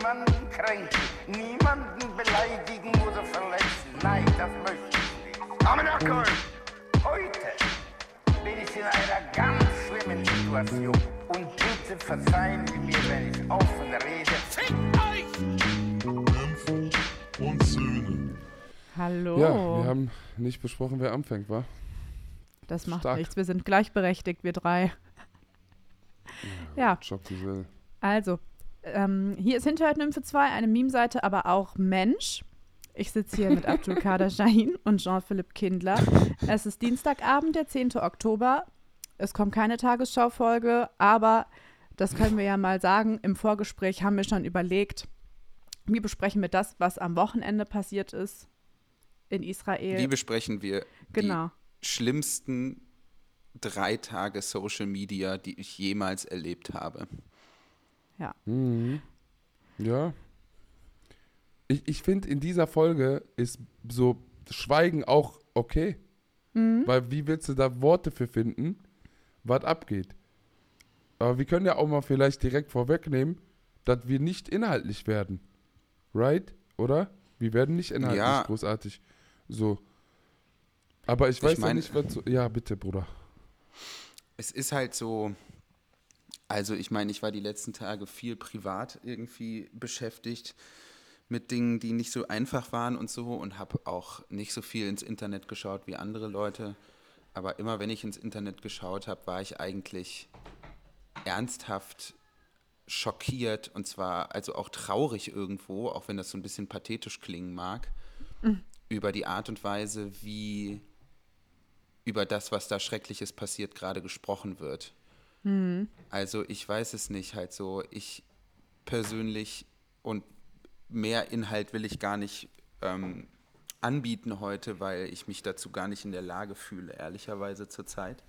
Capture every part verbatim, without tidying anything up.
niemanden kränken, niemanden beleidigen oder verletzen. Nein, das möchte ich nicht. Amenakol! Heute bin ich in einer ganz schlimmen Situation. Und bitte verzeihen Sie mir, wenn ich offen rede. Fickt euch! Nymphen und Söhne. Hallo. Ja, wir haben nicht besprochen, wer anfängt, wa? Das macht Stark. nichts, wir sind gleichberechtigt, wir drei. Ja, Job die will. also, ähm, hier ist Hinterhalt Nymphe zwei, eine Meme-Seite, aber auch Mensch. Ich sitze hier mit Abdulkader Shahin und Jean-Philippe Kindler. Es ist Dienstagabend, der zehnte Oktober. Es kommt keine Tagesschau-Folge, aber das können wir ja mal sagen. Im Vorgespräch haben wir schon überlegt, wie besprechen wir das, was am Wochenende passiert ist in Israel. Wie besprechen wir Genau. die schlimmsten drei Tage Social Media, die ich jemals erlebt habe? Ja. Mhm. Ja. Ich, ich finde, in dieser Folge ist so Schweigen auch okay. Mhm. Weil wie willst du da Worte für finden, was abgeht? Aber wir können ja auch mal vielleicht direkt vorwegnehmen, dass wir nicht inhaltlich werden. Right? Oder? Wir werden nicht inhaltlich Ja. großartig. So. Aber ich weiß Ich ja mein- nicht, was so. Ja, bitte, Bruder. Es ist halt so, also ich meine, ich war die letzten Tage viel privat irgendwie beschäftigt mit Dingen, die nicht so einfach waren und so und habe auch nicht so viel ins Internet geschaut wie andere Leute. Aber immer wenn ich ins Internet geschaut habe, war ich eigentlich ernsthaft schockiert und zwar also auch traurig irgendwo, auch wenn das so ein bisschen pathetisch klingen mag, über die Art und Weise, wie über das, was da Schreckliches passiert, gerade gesprochen wird. Also ich weiß es nicht, halt so, ich persönlich und mehr Inhalt will ich gar nicht ähm, anbieten heute, weil ich mich dazu gar nicht in der Lage fühle, ehrlicherweise zurzeit.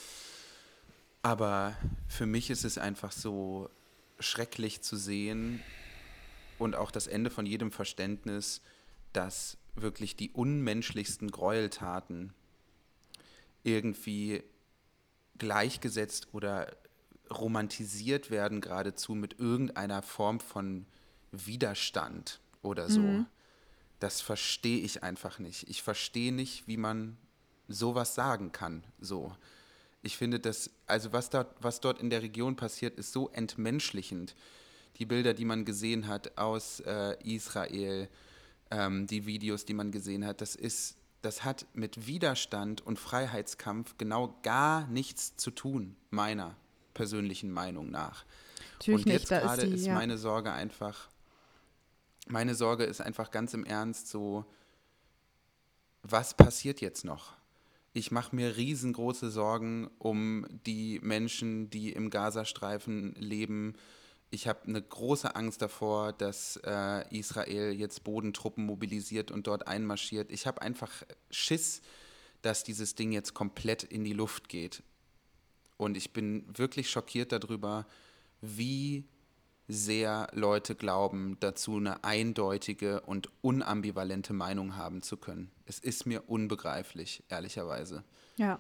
Aber für mich ist es einfach so schrecklich zu sehen und auch das Ende von jedem Verständnis, dass wirklich die unmenschlichsten Gräueltaten irgendwie gleichgesetzt oder romantisiert werden geradezu mit irgendeiner Form von Widerstand oder so. Mhm. Das verstehe ich einfach nicht. Ich verstehe nicht, wie man sowas sagen kann. So. Ich finde das, also was dort, was dort in der Region passiert, ist so entmenschlichend. Die Bilder, die man gesehen hat aus äh, Israel, ähm, die Videos, die man gesehen hat, das ist, das hat mit Widerstand und Freiheitskampf genau gar nichts zu tun, meiner persönlichen Meinung nach. Natürlich Und nicht, jetzt da ist gerade die, ist ja. meine Sorge einfach, meine Sorge ist einfach ganz im Ernst so, was passiert jetzt noch? Ich mache mir riesengroße Sorgen um die Menschen, die im Gazastreifen leben. Ich habe eine große Angst davor, dass äh, Israel jetzt Bodentruppen mobilisiert und dort einmarschiert. Ich habe einfach Schiss, dass dieses Ding jetzt komplett in die Luft geht. Und ich bin wirklich schockiert darüber, wie sehr Leute glauben, dazu eine eindeutige und unambivalente Meinung haben zu können. Es ist mir unbegreiflich, ehrlicherweise. Ja.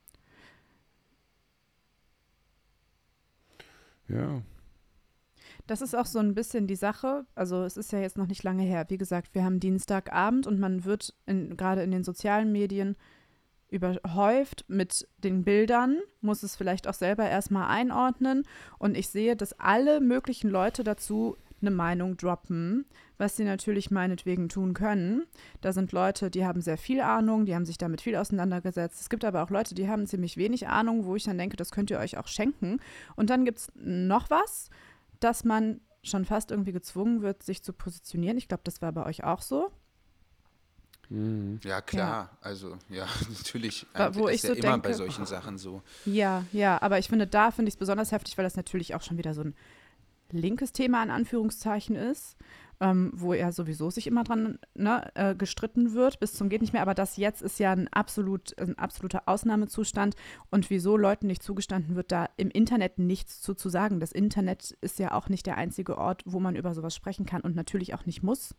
Ja. Das ist auch so ein bisschen die Sache. Also es ist ja jetzt noch nicht lange her. Wie gesagt, wir haben Dienstagabend und man wird in, gerade in den sozialen Medien überhäuft mit den Bildern, muss es vielleicht auch selber erstmal einordnen. Und ich sehe, dass alle möglichen Leute dazu eine Meinung droppen, was sie natürlich meinetwegen tun können. Da sind Leute, die haben sehr viel Ahnung, die haben sich damit viel auseinandergesetzt. Es gibt aber auch Leute, die haben ziemlich wenig Ahnung, wo ich dann denke, das könnt ihr euch auch schenken. Und dann gibt es noch was, dass man schon fast irgendwie gezwungen wird, sich zu positionieren. Ich glaube, das war bei euch auch so. Mhm. Ja, klar. Also, ja, natürlich. Wa- wo das ich ist ja so immer denke- bei solchen Sachen so. Ja, ja, aber ich finde, da finde ich es besonders heftig, weil das natürlich auch schon wieder so ein linkes Thema in Anführungszeichen ist, ähm, wo er sowieso sich immer dran ne, äh, gestritten wird, bis zum geht nicht mehr. Aber das jetzt ist ja ein, absolut, ein absoluter Ausnahmezustand. Und wieso Leuten nicht zugestanden wird, da im Internet nichts zu, zu sagen. Das Internet ist ja auch nicht der einzige Ort, wo man über sowas sprechen kann und natürlich auch nicht muss.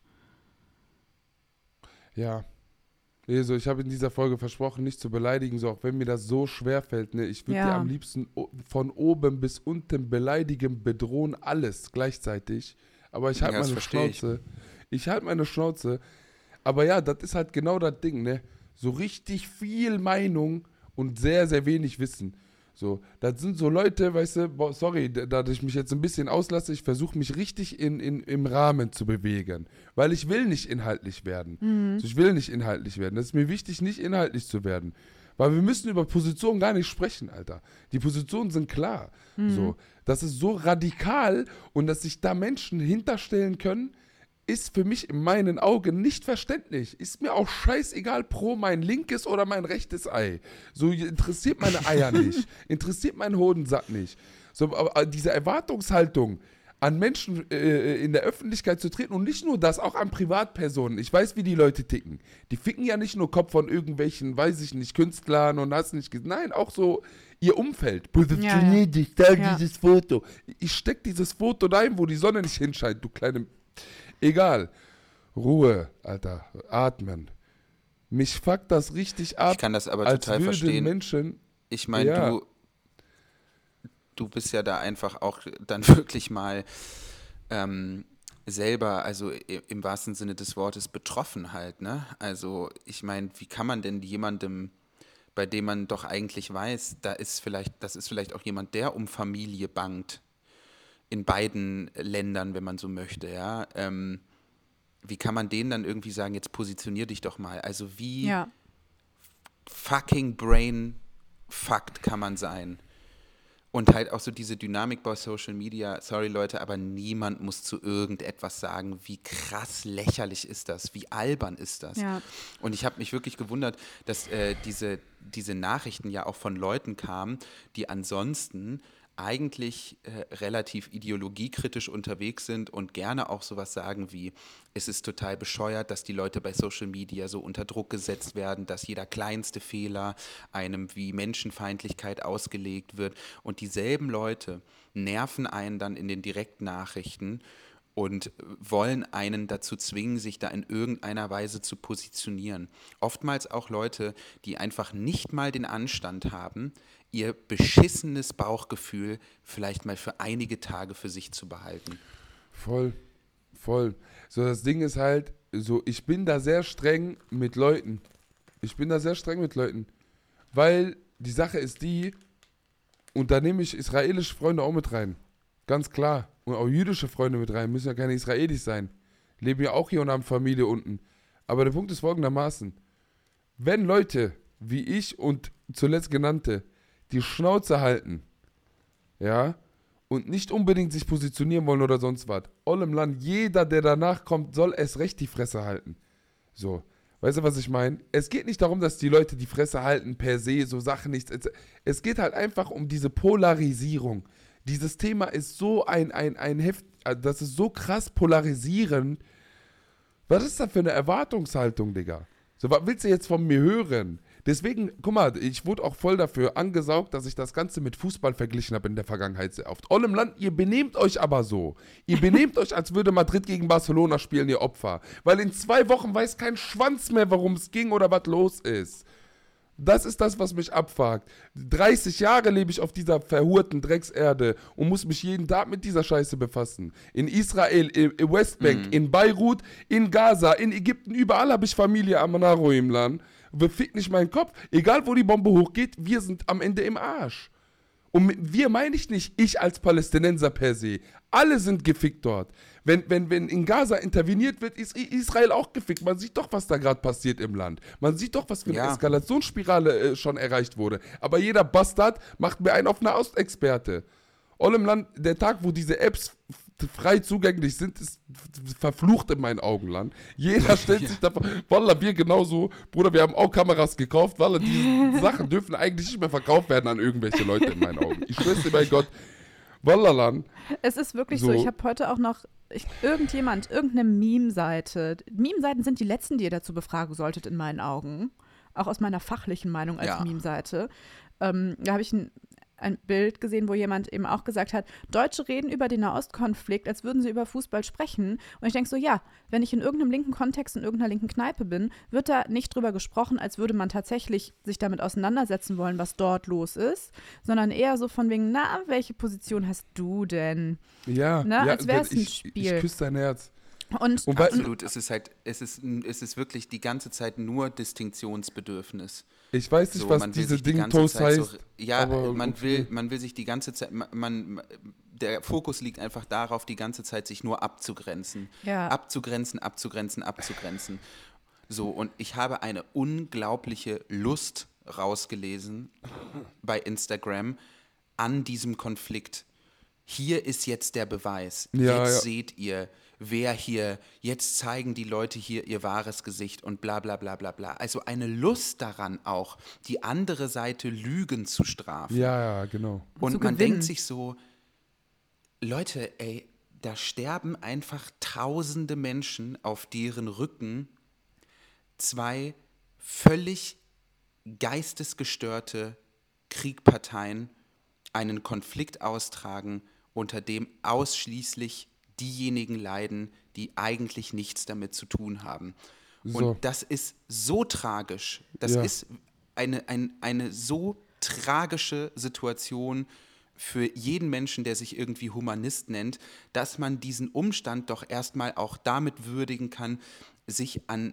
Ja. Also ich habe in dieser Folge versprochen, nicht zu beleidigen, so auch wenn mir das so schwer fällt. Ne? Ich würde Ja. dir am liebsten o- von oben bis unten beleidigen, bedrohen, alles gleichzeitig. Aber ich halte Ja, das meine versteh ich. Schnauze. Ich, halte meine Schnauze. Aber ja, das ist halt genau das Ding, ne? So richtig viel Meinung und sehr, sehr wenig Wissen. So, das sind so Leute, weißt du, boah, sorry, da da ich mich jetzt ein bisschen auslasse, ich versuche mich richtig in, in, im Rahmen zu bewegen, weil ich will nicht inhaltlich werden. Mhm. So, ich will nicht inhaltlich werden. Das ist mir wichtig, nicht inhaltlich zu werden. Weil wir müssen über Positionen gar nicht sprechen, Alter. Die Positionen sind klar. Mhm. So, das ist so radikal und dass sich da Menschen hinterstellen können, ist für mich in meinen Augen nicht verständlich. Ist mir auch scheißegal, pro mein linkes oder mein rechtes Ei. So interessiert meine Eier nicht. Interessiert meinen Hodensack nicht. So, aber diese Erwartungshaltung, an Menschen äh, in der Öffentlichkeit zu treten und nicht nur das, auch an Privatpersonen. Ich weiß, wie die Leute ticken. Die ficken ja nicht nur Kopf von irgendwelchen, weiß ich nicht, Künstlern und hast nicht gesehen. Nein, auch so ihr Umfeld. Positionier Ja, ja. dich, da Ja. dieses Foto. Ich steck dieses Foto dahin, wo die Sonne nicht hinscheint, du kleine... Egal. Ruhe, Alter. Atmen. Mich fuckt das richtig ab. Ich kann das aber als total würden verstehen. Menschen... Ich meine, Ja. du, du bist ja da einfach auch dann wirklich mal ähm, selber, also i- im wahrsten Sinne des Wortes, betroffen halt, ne? Also ich meine, wie kann man denn jemandem, bei dem man doch eigentlich weiß, da ist vielleicht, das ist vielleicht auch jemand, der um Familie bangt, in beiden Ländern, wenn man so möchte, ja. Ähm, wie kann man denen dann irgendwie sagen, jetzt positionier dich doch mal? Also wie Ja. fucking brain fucked kann man sein? Und halt auch so diese Dynamik bei Social Media, sorry Leute, aber niemand muss zu irgendetwas sagen, wie krass lächerlich ist das, wie albern ist das. Ja. Und ich habe mich wirklich gewundert, dass äh, diese, diese Nachrichten ja auch von Leuten kamen, die ansonsten eigentlich äh, relativ ideologiekritisch unterwegs sind und gerne auch sowas sagen wie, es ist total bescheuert, dass die Leute bei Social Media so unter Druck gesetzt werden, dass jeder kleinste Fehler einem wie Menschenfeindlichkeit ausgelegt wird. Und dieselben Leute nerven einen dann in den Direktnachrichten und wollen einen dazu zwingen, sich da in irgendeiner Weise zu positionieren. Oftmals auch Leute, die einfach nicht mal den Anstand haben, ihr beschissenes Bauchgefühl vielleicht mal für einige Tage für sich zu behalten. Voll, voll. So, das Ding ist halt, so, ich bin da sehr streng mit Leuten. Ich bin da sehr streng mit Leuten. Weil die Sache ist die, und da nehme ich israelische Freunde auch mit rein. Ganz klar. Und auch jüdische Freunde mit rein. Müssen ja keine Israelis sein. Leben ja auch hier und haben Familie unten. Aber der Punkt ist folgendermaßen. Wenn Leute, wie ich und zuletzt genannte, die Schnauze halten, ja, und nicht unbedingt sich positionieren wollen oder sonst was, all im Land, jeder, der danach kommt, soll erst recht die Fresse halten. So, weißt du, was ich meine? Es geht nicht darum, dass die Leute die Fresse halten per se, so Sachen nicht. Es geht halt einfach um diese Polarisierung. Dieses Thema ist so ein, ein, ein Heft, das ist so krass polarisierend. Was ist das für eine Erwartungshaltung, Digga? So, was willst du jetzt von mir hören? Deswegen, guck mal, ich wurde auch voll dafür angesaugt, dass ich das Ganze mit Fußball verglichen habe in der Vergangenheit sehr oft. All im Land, ihr benehmt euch aber so. Ihr benehmt euch, als würde Madrid gegen Barcelona spielen, ihr Opfer. Weil in zwei Wochen weiß kein Schwanz mehr, worum es ging oder was los ist. Das ist das, was mich abfuckt. dreißig Jahre lebe ich auf dieser verhurten Dreckserde und muss mich jeden Tag mit dieser Scheiße befassen. In Israel, in Westbank, Mhm. in Beirut, in Gaza, in Ägypten, überall habe ich Familie am Naroim-Land. Befick nicht meinen Kopf. Egal, wo die Bombe hochgeht, wir sind am Ende im Arsch. Und mit wir meine ich nicht ich als Palästinenser per se. Alle sind gefickt dort. Wenn, wenn, wenn in Gaza interveniert wird, ist Israel auch gefickt. Man sieht doch, was da gerade passiert im Land. Man sieht doch, was für eine Ja. Eskalationsspirale äh, schon erreicht wurde. Aber jeder Bastard macht mir einen auf eine Ostexperte. All im Land, der Tag, wo diese Apps f- frei zugänglich sind, ist f- verflucht in meinen Augen, Land. Jeder stellt sich davor. Wallah, wir genauso. Bruder, wir haben auch Kameras gekauft. Wallah, diese Sachen dürfen eigentlich nicht mehr verkauft werden an irgendwelche Leute in meinen Augen. Ich schwör's dir bei Gott. Wallah, Land. Es ist wirklich so, So. ich habe heute auch noch ich, irgendjemand, irgendeine Meme-Seite. Meme-Seiten sind die letzten, die ihr dazu befragen solltet, in meinen Augen. Auch aus meiner fachlichen Meinung als Ja. Meme-Seite. Ähm, da habe ich ein, ein Bild gesehen, wo jemand eben auch gesagt hat, Deutsche reden über den Nahostkonflikt, als würden sie über Fußball sprechen. Und ich denke so, ja, wenn ich in irgendeinem linken Kontext, in irgendeiner linken Kneipe bin, wird da nicht drüber gesprochen, als würde man tatsächlich sich damit auseinandersetzen wollen, was dort los ist, sondern eher so von wegen, na, welche Position hast du denn? Ja, Na, ja als wäre es ein ich, Spiel. Ich küsse dein Herz. Und, Wobei- Absolut, es ist halt, es ist, es ist wirklich die ganze Zeit nur Distinktionsbedürfnis. Ich weiß nicht, So, was man will diese sich die ganze Ding-Toast Zeit so- heißt. Ja, aber man okay. will, man will sich die ganze Zeit, man, man, der Fokus liegt einfach darauf, die ganze Zeit sich nur abzugrenzen. Ja. Abzugrenzen, abzugrenzen, abzugrenzen. So, und ich habe eine unglaubliche Lust rausgelesen bei Instagram an diesem Konflikt. Hier ist jetzt der Beweis. Ja, jetzt ja. seht ihr, wer hier, jetzt zeigen die Leute hier ihr wahres Gesicht und bla bla bla bla bla. Also eine Lust daran auch, die andere Seite Lügen zu strafen. Ja, ja, genau. Und zu man gewinnen. denkt sich so, Leute, ey, da sterben einfach tausende Menschen, auf deren Rücken zwei völlig geistesgestörte Kriegparteien einen Konflikt austragen, unter dem ausschließlich diejenigen leiden, die eigentlich nichts damit zu tun haben. So. Und das ist so tragisch. Das Ja. ist eine, ein, eine so tragische Situation für jeden Menschen, der sich irgendwie Humanist nennt, dass man diesen Umstand doch erstmal auch damit würdigen kann, sich an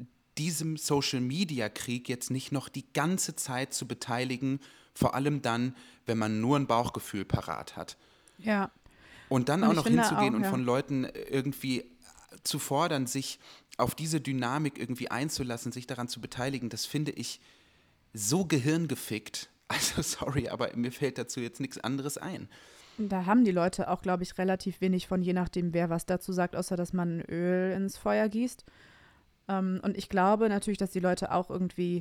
diesem Social-Media-Krieg jetzt nicht noch die ganze Zeit zu beteiligen, vor allem dann, wenn man nur ein Bauchgefühl parat hat. Ja. Und dann Und auch ich noch finde hinzugehen auch, und ja. von Leuten irgendwie zu fordern, sich auf diese Dynamik irgendwie einzulassen, sich daran zu beteiligen, das finde ich so gehirngefickt. Also sorry, aber mir fällt dazu jetzt nichts anderes ein. Da haben die Leute auch, glaube ich, relativ wenig von, je nachdem, wer was dazu sagt, außer dass man Öl ins Feuer gießt. Ähm, und ich glaube natürlich, dass die Leute auch irgendwie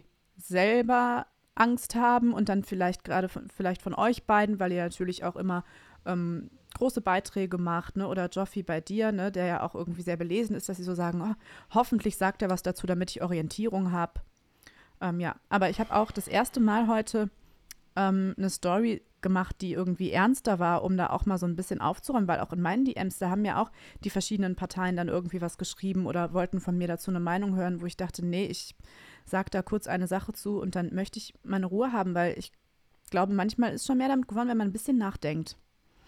selber Angst haben und dann vielleicht gerade von, vielleicht von euch beiden, weil ihr natürlich auch immer ähm, große Beiträge macht, ne? Oder Joffi bei dir, ne? Der ja auch irgendwie sehr belesen ist, dass sie so sagen, oh, hoffentlich sagt er was dazu, damit ich Orientierung habe. Ähm, ja, aber ich habe auch das erste Mal heute ähm, eine Story gemacht, die irgendwie ernster war, um da auch mal so ein bisschen aufzuräumen, weil auch in meinen D Ms, da haben ja auch die verschiedenen Parteien dann irgendwie was geschrieben oder wollten von mir dazu eine Meinung hören, wo ich dachte, nee, ich sag da kurz eine Sache zu und dann möchte ich meine Ruhe haben, weil ich glaube, manchmal ist schon mehr damit gewonnen, wenn man ein bisschen nachdenkt.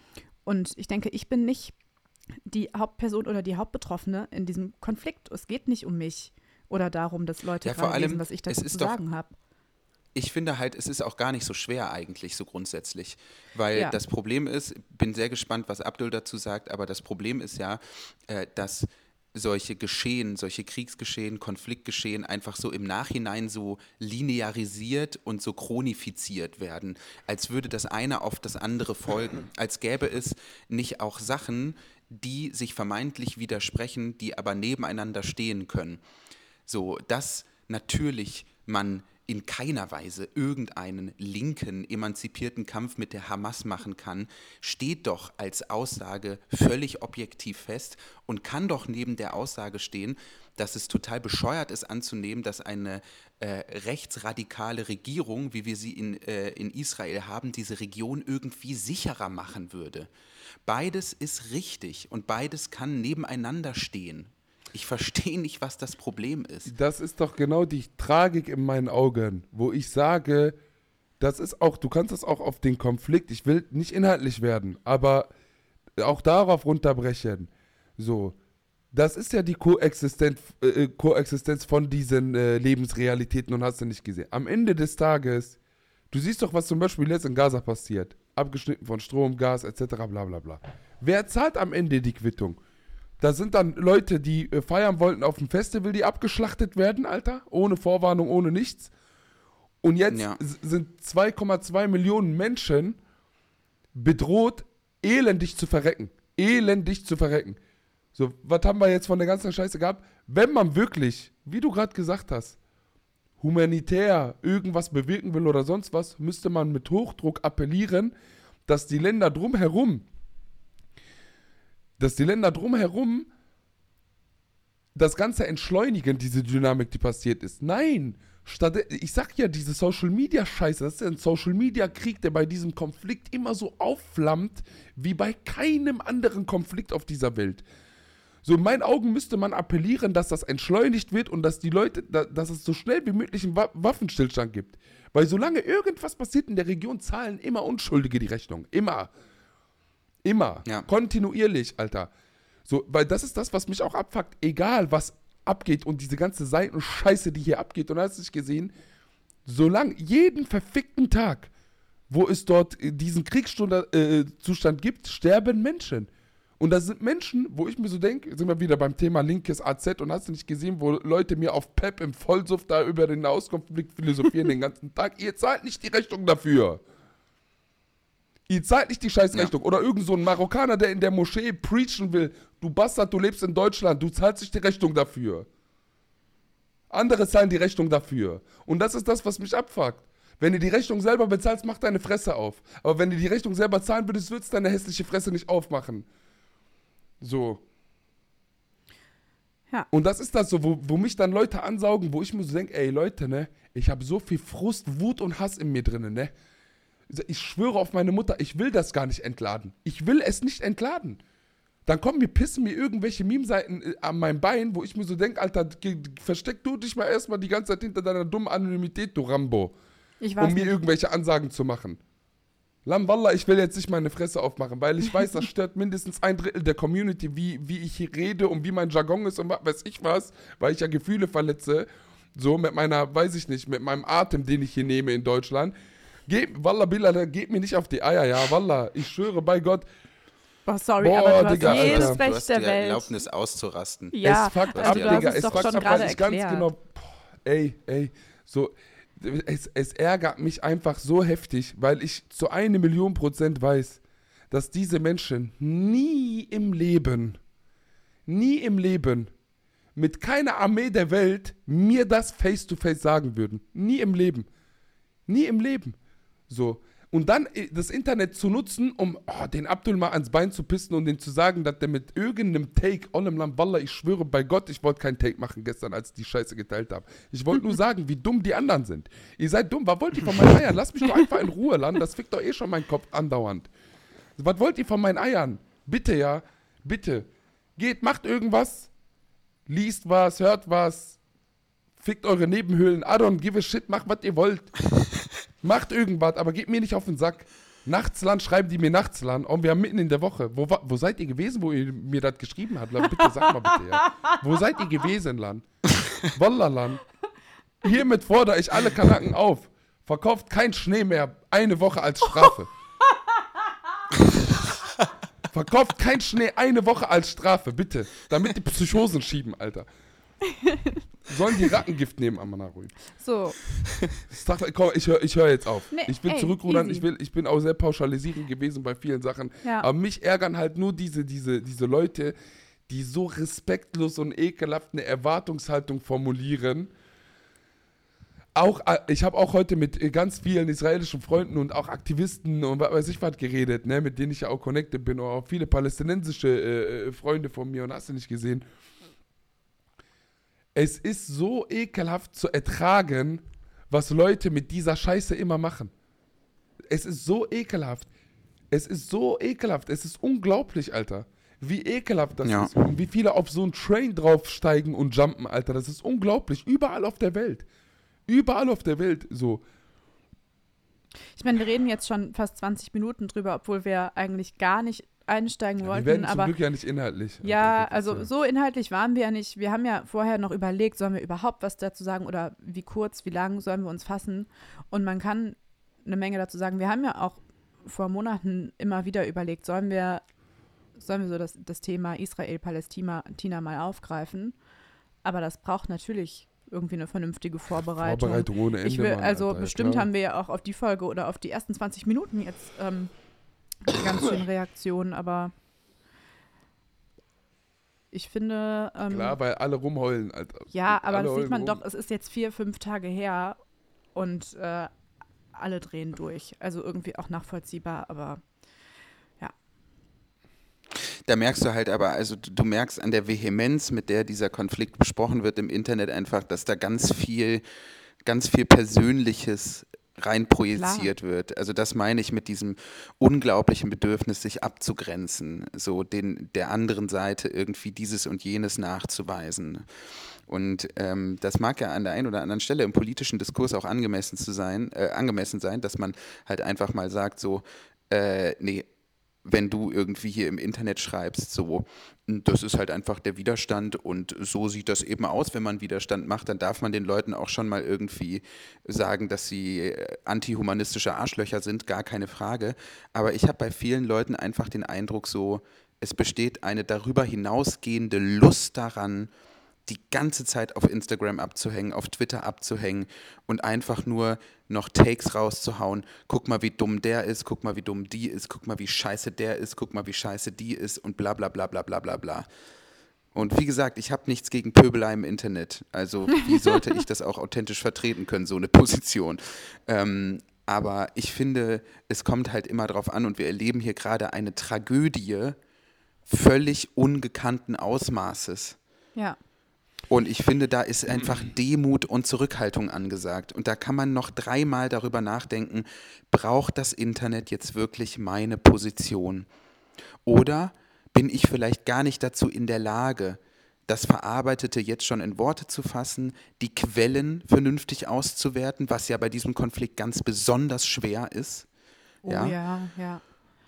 Und ich denke, ich bin nicht die Hauptperson oder die Hauptbetroffene in diesem Konflikt. Es geht nicht um mich oder darum, dass Leute Ja, vor gerade allem, lesen, was ich dazu es ist zu doch- sagen habe. Ich finde halt, es ist auch gar nicht so schwer eigentlich, so grundsätzlich. Weil Ja. das Problem ist, bin sehr gespannt, was Abdul dazu sagt, aber das Problem ist ja, äh, dass solche Geschehen, solche Kriegsgeschehen, Konfliktgeschehen einfach so im Nachhinein so linearisiert und so chronifiziert werden, als würde das eine auf das andere folgen. Als gäbe es nicht auch Sachen, die sich vermeintlich widersprechen, die aber nebeneinander stehen können. So, dass natürlich man in keiner Weise irgendeinen linken, emanzipierten Kampf mit der Hamas machen kann, steht doch als Aussage völlig objektiv fest und kann doch neben der Aussage stehen, dass es total bescheuert ist anzunehmen, dass eine äh, rechtsradikale Regierung, wie wir sie in, äh, in Israel haben, diese Region irgendwie sicherer machen würde. Beides ist richtig und beides kann nebeneinander stehen. Ich verstehe nicht, was das Problem ist. Das ist doch genau die Tragik in meinen Augen, wo ich sage, das ist auch, du kannst das auch auf den Konflikt, ich will nicht inhaltlich werden, aber auch darauf runterbrechen. So, das ist ja die Koexistenz, äh, Koexistenz von diesen äh, Lebensrealitäten und hast du nicht gesehen. Am Ende des Tages, du siehst doch, was zum Beispiel jetzt in Gaza passiert. Abgeschnitten von Strom, Gas et cetera bla bla bla. Wer zahlt am Ende die Quittung? Da sind dann Leute, die äh, feiern wollten auf dem Festival, die abgeschlachtet werden, Alter. Ohne Vorwarnung, ohne nichts. Und jetzt Ja. s- sind zwei Komma zwei Millionen Menschen bedroht, elendig zu verrecken. Elendig zu verrecken. So, was haben wir jetzt von der ganzen Scheiße gehabt? Wenn man wirklich, wie du gerade gesagt hast, humanitär irgendwas bewirken will oder sonst was, müsste man mit Hochdruck appellieren, dass die Länder drumherum dass die Länder drumherum das Ganze entschleunigen, diese Dynamik, die passiert ist. Nein, Statt, ich sag ja, diese Social-Media-Scheiße, das ist ja ein Social-Media-Krieg, der bei diesem Konflikt immer so aufflammt, wie bei keinem anderen Konflikt auf dieser Welt. So in meinen Augen müsste man appellieren, dass das entschleunigt wird und dass die Leute, da, dass es so schnell wie möglich einen Wa- Waffenstillstand gibt. Weil solange irgendwas passiert in der Region, zahlen immer Unschuldige die Rechnung. Immer. Immer. Ja. Kontinuierlich, Alter. So, weil das ist das, was mich auch abfuckt. Egal, was abgeht und diese ganze Seitenscheiße, die hier abgeht. Und hast du nicht gesehen, solange jeden verfickten Tag, wo es dort diesen Kriegszustand äh, gibt, sterben Menschen. Und das sind Menschen, wo ich mir so denke, sind wir wieder beim Thema linkes A Z und hast du nicht gesehen, wo Leute mir auf Pep im Vollsuff da über den Nahostkonflikt philosophieren den ganzen Tag. Ihr zahlt nicht die Rechnung dafür. Ihr zahlt nicht die Scheißrechnung. Ja. Oder irgend so ein Marokkaner, der in der Moschee preachen will. Du Bastard, du lebst in Deutschland, du zahlst nicht die Rechnung dafür. Andere zahlen die Rechnung dafür. Und das ist das, was mich abfuckt. Wenn du die Rechnung selber bezahlst, mach deine Fresse auf. Aber wenn du die Rechnung selber zahlen würdest, würdest du deine hässliche Fresse nicht aufmachen. So. Ja. Und das ist das so, wo, wo mich dann Leute ansaugen, wo ich mir so denke, ey Leute, ne, ich habe so viel Frust, Wut und Hass in mir drin, ne. Ich schwöre auf meine Mutter, ich will das gar nicht entladen. Ich will es nicht entladen. Dann kommen mir, pissen mir irgendwelche Meme-Seiten äh, an meinem Bein, wo ich mir so denke, Alter, ge- versteck du dich mal erstmal die ganze Zeit hinter deiner dummen Anonymität, du Rambo. Ich weiß Um mir nicht. irgendwelche Ansagen zu machen. Lam Wallah, ich will jetzt nicht meine Fresse aufmachen, weil ich weiß, das stört mindestens ein Drittel der Community, wie, wie ich hier rede und wie mein Jargon ist und was weiß ich was, weil ich ja Gefühle verletze. So mit meiner, weiß ich nicht, mit meinem Atem, den ich hier nehme in Deutschland. Geb, Wallah, Billah, geht mir nicht auf die Eier, ja, Wallah, ich schwöre bei Gott. Oh, sorry, Boah, aber du Digga, hast jedes Alter. Du Recht hast der die Welt. Erlaubnis auszurasten. Ja, es fuckt also ab, du hast Digga, es es doch fuckt schon ab, gerade weil ich ganz erklärt. genau, boah, ey, ey, so, es, es ärgert mich einfach so heftig, weil ich zu eine Million Prozent weiß, dass diese Menschen nie im Leben, nie im Leben, mit keiner Armee der Welt mir das face to face sagen würden. Nie im Leben. Nie im Leben. So. Und dann das Internet zu nutzen, um oh, den Abdul mal ans Bein zu pissen und den zu sagen, dass der mit irgendeinem Take, Ollem Lam Wallah, ich schwöre bei Gott, ich wollte keinen Take machen gestern, als ich die Scheiße geteilt habe. Ich wollte nur sagen, wie dumm die anderen sind. Ihr seid dumm, was wollt ihr von meinen Eiern? Lasst mich doch einfach in Ruhe, Land, das fickt doch eh schon meinen Kopf andauernd. Was wollt ihr von meinen Eiern? Bitte, ja, bitte. Geht, macht irgendwas, liest was, hört was, fickt eure Nebenhöhlen, I don't give a shit, macht, was ihr wollt. Macht irgendwas, aber geht mir nicht auf den Sack. Nachtsland, schreiben die mir Nachtsland. Und wir haben mitten in der Woche. Wo, wo seid ihr gewesen, wo ihr mir das geschrieben habt? Bitte, sag mal bitte, ja. Wo seid ihr gewesen, Land? Wallah, Land. Hiermit fordere ich alle Kanaken auf. Verkauft kein Schnee mehr. Eine Woche als Strafe. Verkauft kein Schnee eine Woche als Strafe, bitte. Damit die Psychosen schieben, Alter. Sollen die Rattengift nehmen, Amanarui. So. Sag, komm, ich höre ich hör jetzt auf. Nee, ich will ey, zurückrudern, easy. ich, will, ich bin auch sehr pauschalisierend gewesen bei vielen Sachen. Ja. Aber mich ärgern halt nur diese, diese, diese Leute, die so respektlos und ekelhaft eine Erwartungshaltung formulieren. Auch, ich habe auch heute mit ganz vielen israelischen Freunden und auch Aktivisten und was weiß ich was geredet, ne, mit denen ich ja auch connected bin, oder auch viele palästinensische äh, Freunde von mir und hast du nicht gesehen. Es ist so ekelhaft zu ertragen, was Leute mit dieser Scheiße immer machen. Es ist so ekelhaft. Es ist so ekelhaft. Es ist unglaublich, Alter. Wie ekelhaft das Ja. ist. Und wie viele auf so einen Train draufsteigen und jumpen, Alter. Das ist unglaublich. Überall auf der Welt. Überall auf der Welt. So. Ich meine, wir reden jetzt schon fast zwanzig Minuten drüber, obwohl wir eigentlich gar nicht einsteigen Ja, wir wollten. werden zum aber Glück ja nicht inhaltlich. ja, Alter, das ist also ja- so inhaltlich waren wir ja nicht. Wir haben ja vorher noch überlegt, sollen wir überhaupt was dazu sagen oder wie kurz, wie lang sollen wir uns fassen. Und man kann eine Menge dazu sagen. Wir haben ja auch vor Monaten immer wieder überlegt, sollen wir, sollen wir so das, das Thema Israel-Palästina Tina mal aufgreifen. Aber das braucht natürlich irgendwie eine vernünftige Vorbereitung. Vorbereitung ohne Ende. Ich will, Mann, also Alter, bestimmt klar. haben wir ja auch auf die Folge oder auf die ersten zwanzig Minuten jetzt ähm, ganz schön Reaktionen, aber ich finde, ähm, Klar, weil alle rumheulen, Alter. ja, aber Alle das sieht heulen man rum. doch, es ist jetzt vier, fünf Tage her und äh, alle drehen durch. Also irgendwie auch nachvollziehbar, aber Da merkst du halt aber, also du, du merkst an der Vehemenz, mit der dieser Konflikt besprochen wird im Internet einfach, dass da ganz viel ganz viel Persönliches reinprojiziert wird. Also das meine ich mit diesem unglaublichen Bedürfnis, sich abzugrenzen, so den, der anderen Seite irgendwie dieses und jenes nachzuweisen. Und ähm, das mag ja an der einen oder anderen Stelle im politischen Diskurs auch angemessen zu sein, äh, angemessen sein, dass man halt einfach mal sagt, so, äh, nee, wenn du irgendwie hier im Internet schreibst, so, das ist halt einfach der Widerstand und so sieht das eben aus, wenn man Widerstand macht, dann darf man den Leuten auch schon mal irgendwie sagen, dass sie antihumanistische Arschlöcher sind, gar keine Frage. Aber ich habe bei vielen Leuten einfach den Eindruck so, es besteht eine darüber hinausgehende Lust daran, die ganze Zeit auf Instagram abzuhängen, auf Twitter abzuhängen und einfach nur noch Takes rauszuhauen. Guck mal, wie dumm der ist, guck mal, wie dumm die ist, guck mal, wie scheiße der ist, guck mal, wie scheiße die ist und bla bla bla bla bla bla bla. Und wie gesagt, ich habe nichts gegen Pöbelei im Internet. Also wie sollte ich das auch authentisch vertreten können, so eine Position. Ähm, aber ich finde, es kommt halt immer drauf an und wir erleben hier gerade eine Tragödie völlig ungekannten Ausmaßes. Ja. Und ich finde, da ist einfach Demut und Zurückhaltung angesagt. Und da kann man noch dreimal darüber nachdenken, braucht das Internet jetzt wirklich meine Position? Oder bin ich vielleicht gar nicht dazu in der Lage, das Verarbeitete jetzt schon in Worte zu fassen, die Quellen vernünftig auszuwerten, was ja bei diesem Konflikt ganz besonders schwer ist. Oh ja, ja, ja.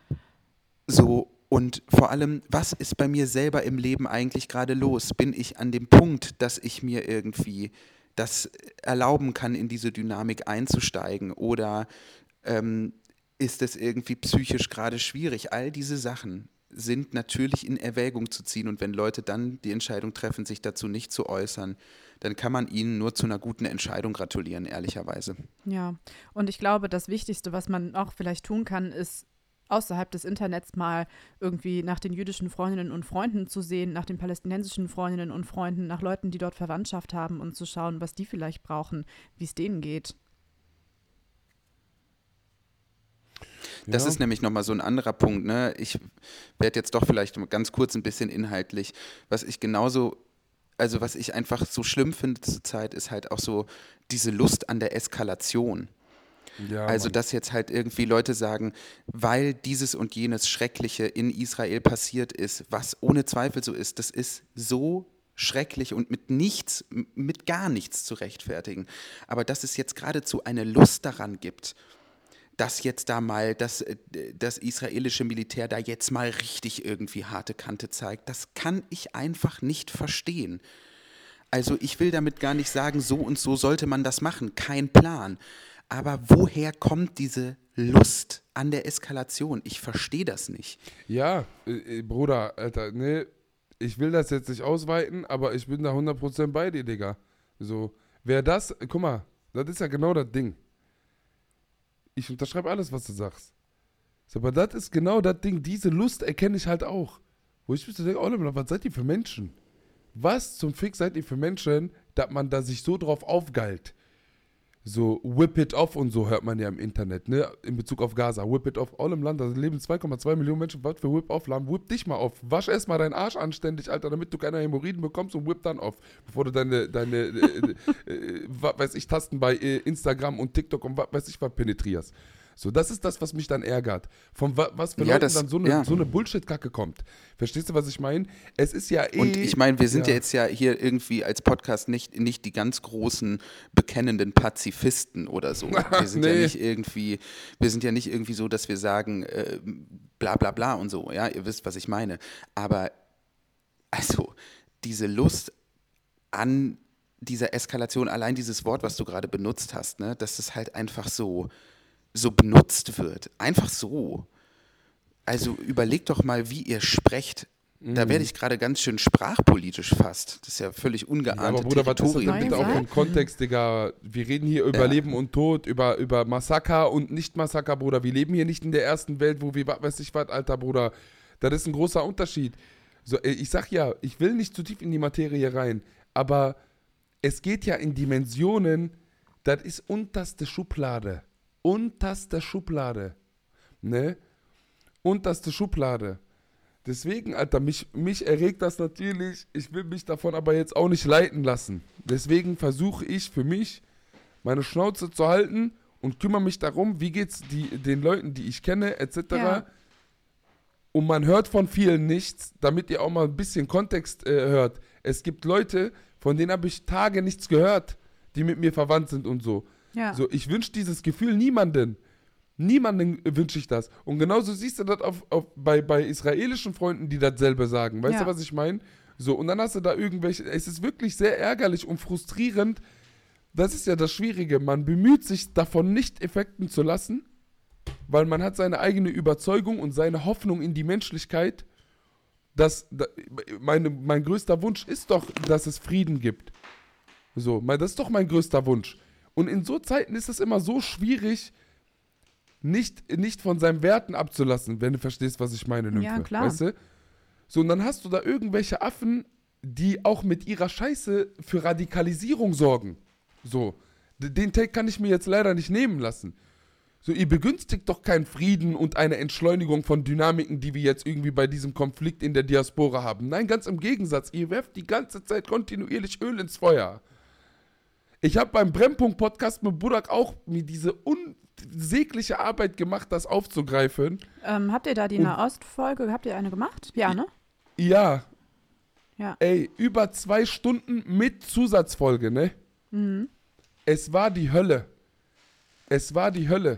So. Und vor allem, was ist bei mir selber im Leben eigentlich gerade los? Bin ich an dem Punkt, dass ich mir irgendwie das erlauben kann, in diese Dynamik einzusteigen? Oder ähm, ist es irgendwie psychisch gerade schwierig? All diese Sachen sind natürlich in Erwägung zu ziehen. Und wenn Leute dann die Entscheidung treffen, sich dazu nicht zu äußern, dann kann man ihnen nur zu einer guten Entscheidung gratulieren, ehrlicherweise. Ja, und ich glaube, das Wichtigste, was man auch vielleicht tun kann, ist, außerhalb des Internets mal irgendwie nach den jüdischen Freundinnen und Freunden zu sehen, nach den palästinensischen Freundinnen und Freunden, nach Leuten, die dort Verwandtschaft haben und zu schauen, was die vielleicht brauchen, wie es denen geht. Das Ja. ist nämlich nochmal so ein anderer Punkt. Ne? Ich werde jetzt doch vielleicht mal ganz kurz ein bisschen inhaltlich. Was ich genauso, also was ich einfach so schlimm finde zurzeit, ist halt auch so diese Lust an der Eskalation. Ja, Also, Mann. dass jetzt halt irgendwie Leute sagen, weil dieses und jenes Schreckliche in Israel passiert ist, was ohne Zweifel so ist, das ist so schrecklich und mit nichts, m- mit gar nichts zu rechtfertigen. Aber dass es jetzt geradezu eine Lust daran gibt, dass jetzt da mal das, äh, das israelische Militär da jetzt mal richtig irgendwie harte Kante zeigt, das kann ich einfach nicht verstehen. Also ich will damit gar nicht sagen, so und so sollte man das machen, kein Plan. Aber woher kommt diese Lust an der Eskalation? Ich verstehe das nicht. Ja, äh, äh, Bruder, Alter, ne, ich will das jetzt nicht ausweiten, aber ich bin da hundert Prozent bei dir, Digga. So, wer das, guck mal, das ist ja genau das Ding. Ich unterschreibe alles, was du sagst. So, aber das ist genau das Ding, diese Lust erkenne ich halt auch. Wo ich mir so denke, oh, was seid ihr für Menschen? Was zum Fick seid ihr für Menschen, dass man da sich so drauf aufgeilt? So whip it off und so hört man ja im Internet, ne, in Bezug auf Gaza. Whip it off, all im Land, da leben zwei Komma zwei Millionen Menschen, was für whip off haben, whip dich mal auf. Wasch erstmal deinen Arsch anständig, Alter, damit du keine Hämorrhoiden bekommst und whip dann auf, bevor du deine, deine äh, äh, was weiß ich, Tasten bei äh, Instagram und TikTok und was weiß ich was penetrierst. So, das ist das, was mich dann ärgert. Von wa was für Ja, Leuten das- dann so eine, ja. so eine Bullshit-Kacke kommt. Verstehst du, was ich meine? Es ist ja eh... Und ich meine, wir sind ja. ja jetzt ja hier irgendwie als Podcast nicht, nicht die ganz großen bekennenden Pazifisten oder so. Wir sind ja Nee. nicht irgendwie, wir sind ja nicht irgendwie so, dass wir sagen, äh, bla bla bla und so, ja, ihr wisst, was ich meine. Aber also, diese Lust an dieser Eskalation, allein dieses Wort, was du gerade benutzt hast, ne, dass das halt einfach so, so benutzt wird. Einfach so. Also überlegt doch mal, wie ihr sprecht. Da werde ich gerade ganz schön sprachpolitisch fast. Das ist ja völlig ungeahnte Ja, aber Bruder, was ist das denn Nein, bitte auch sag. im Kontext, Digga? Wir reden hier über Ja. Leben und Tod, über, über Massaker und Nicht-Massaker, Bruder. Wir leben hier nicht in der ersten Welt, wo wir, was weiß ich was, Alter, Bruder. Das ist ein großer Unterschied. So, äh, ich sag ja, ich will nicht zu tief in die Materie rein, aber es geht ja in Dimensionen, das ist unterste Schublade. Unterste Schublade. Ne? Unterste Schublade. Deswegen, Alter, mich, mich erregt das natürlich. Ich will mich davon aber jetzt auch nicht leiten lassen. Deswegen versuche ich für mich meine Schnauze zu halten und kümmere mich darum, wie geht's die, den Leuten, die ich kenne, et cetera. Ja. Und man hört von vielen nichts, damit ihr auch mal ein bisschen Kontext äh, hört. Es gibt Leute, von denen habe ich Tage nichts gehört, die mit mir verwandt sind und so. Ja. So, ich wünsche dieses Gefühl niemanden. Niemanden wünsche ich das. Und genauso siehst du das auf, auf, bei, bei israelischen Freunden, die dasselbe sagen. Weißt Ja. du, was ich meine? So, und dann hast du da irgendwelche, es ist wirklich sehr ärgerlich und frustrierend. Das ist ja das Schwierige. Man bemüht sich davon nicht effekten zu lassen, weil man hat seine eigene Überzeugung und seine Hoffnung in die Menschlichkeit, dass, da, meine, mein größter Wunsch ist doch, dass es Frieden gibt. So, mein, das ist doch mein größter Wunsch. Und in so Zeiten ist es immer so schwierig, nicht, nicht von seinen Werten abzulassen, wenn du verstehst, was ich meine, Nymphe. Ja, klar. Weißt du? So, und dann hast du da irgendwelche Affen, die auch mit ihrer Scheiße für Radikalisierung sorgen. So, D- den Take kann ich mir jetzt leider nicht nehmen lassen. So, ihr begünstigt doch keinen Frieden und eine Entschleunigung von Dynamiken, die wir jetzt irgendwie bei diesem Konflikt in der Diaspora haben. Nein, ganz im Gegensatz, ihr werft die ganze Zeit kontinuierlich Öl ins Feuer. Ich habe beim Brennpunkt-Podcast mit Burak auch mir diese unsägliche Arbeit gemacht, das aufzugreifen. Ähm, habt ihr da die Und- Nahost-Folge, habt ihr eine gemacht? Ja, ne? Ja, Ja. ey, über zwei Stunden mit Zusatzfolge, ne? Mhm. Es war die Hölle. Es war die Hölle.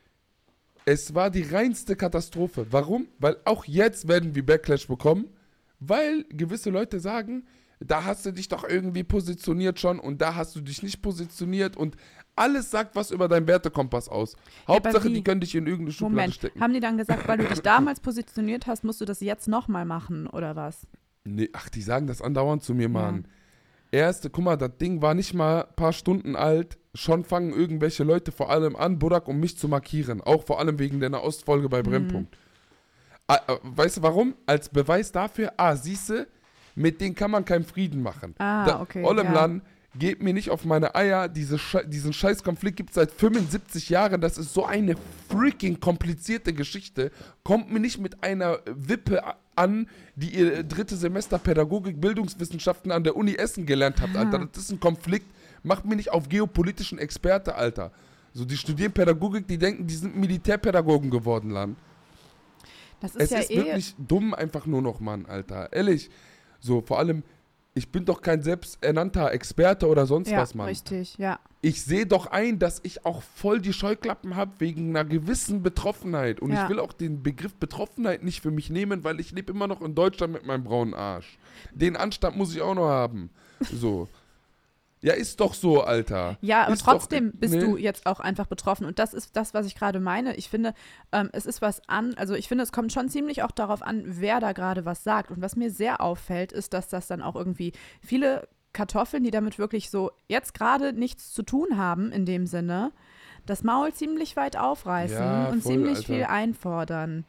Es war die reinste Katastrophe. Warum? Weil auch jetzt werden wir Backlash bekommen, weil gewisse Leute sagen, da hast du dich doch irgendwie positioniert schon und da hast du dich nicht positioniert und alles sagt was über deinen Wertekompass aus. Hauptsache, wie? die können dich in irgendeine Schublade Moment, stecken. haben die dann gesagt, weil du dich damals positioniert hast, musst du das jetzt nochmal machen, oder was? Nee, ach, die sagen das andauernd zu mir, Mann. Erste, guck mal, das Ding war nicht mal ein paar Stunden alt. Schon fangen irgendwelche Leute vor allem an, Burak, um mich zu markieren. Auch vor allem wegen der Ostfolge bei Brennpunkt. Ah, äh, weißt du warum? Als Beweis dafür, ah, siehste, mit denen kann man keinen Frieden machen. Ah, okay, Olemlan, geht mir nicht auf meine Eier. Diese Sche diesen Scheißkonflikt gibt es seit fünfundsiebzig Jahren. Das ist so eine freaking komplizierte Geschichte. Kommt mir nicht mit einer Wippe an, die ihr dritte Semester Pädagogik, Bildungswissenschaften an der Uni Essen gelernt habt, Alter. Das ist ein Konflikt. Macht mir nicht auf geopolitischen Experte, Alter. So, die studieren Pädagogik, die denken, die sind Militärpädagogen geworden, Lan. Das ist Es ja ist eh. wirklich dumm einfach nur noch, Mann, Alter. Ehrlich. So, vor allem, ich bin doch kein selbsternannter Experte oder sonst ja, was, Mann. richtig, ja. Ich sehe doch ein, dass ich auch voll die Scheuklappen habe wegen einer gewissen Betroffenheit. Und Ja. ich will auch den Begriff Betroffenheit nicht für mich nehmen, weil ich lebe immer noch in Deutschland mit meinem braunen Arsch. Den Anstand muss ich auch noch haben. So. Ja, ist doch so, Alter. Ja, aber Ist trotzdem doch, bist ne? du jetzt auch einfach betroffen. Und das ist das, was ich gerade meine. Ich finde, ähm, es ist was an, also ich finde, es kommt schon ziemlich auch darauf an, wer da gerade was sagt. Und was mir sehr auffällt, ist, dass das dann auch irgendwie viele Kartoffeln, die damit wirklich so jetzt gerade nichts zu tun haben, in dem Sinne, das Maul ziemlich weit aufreißen Ja, und voll, ziemlich Alter. viel einfordern.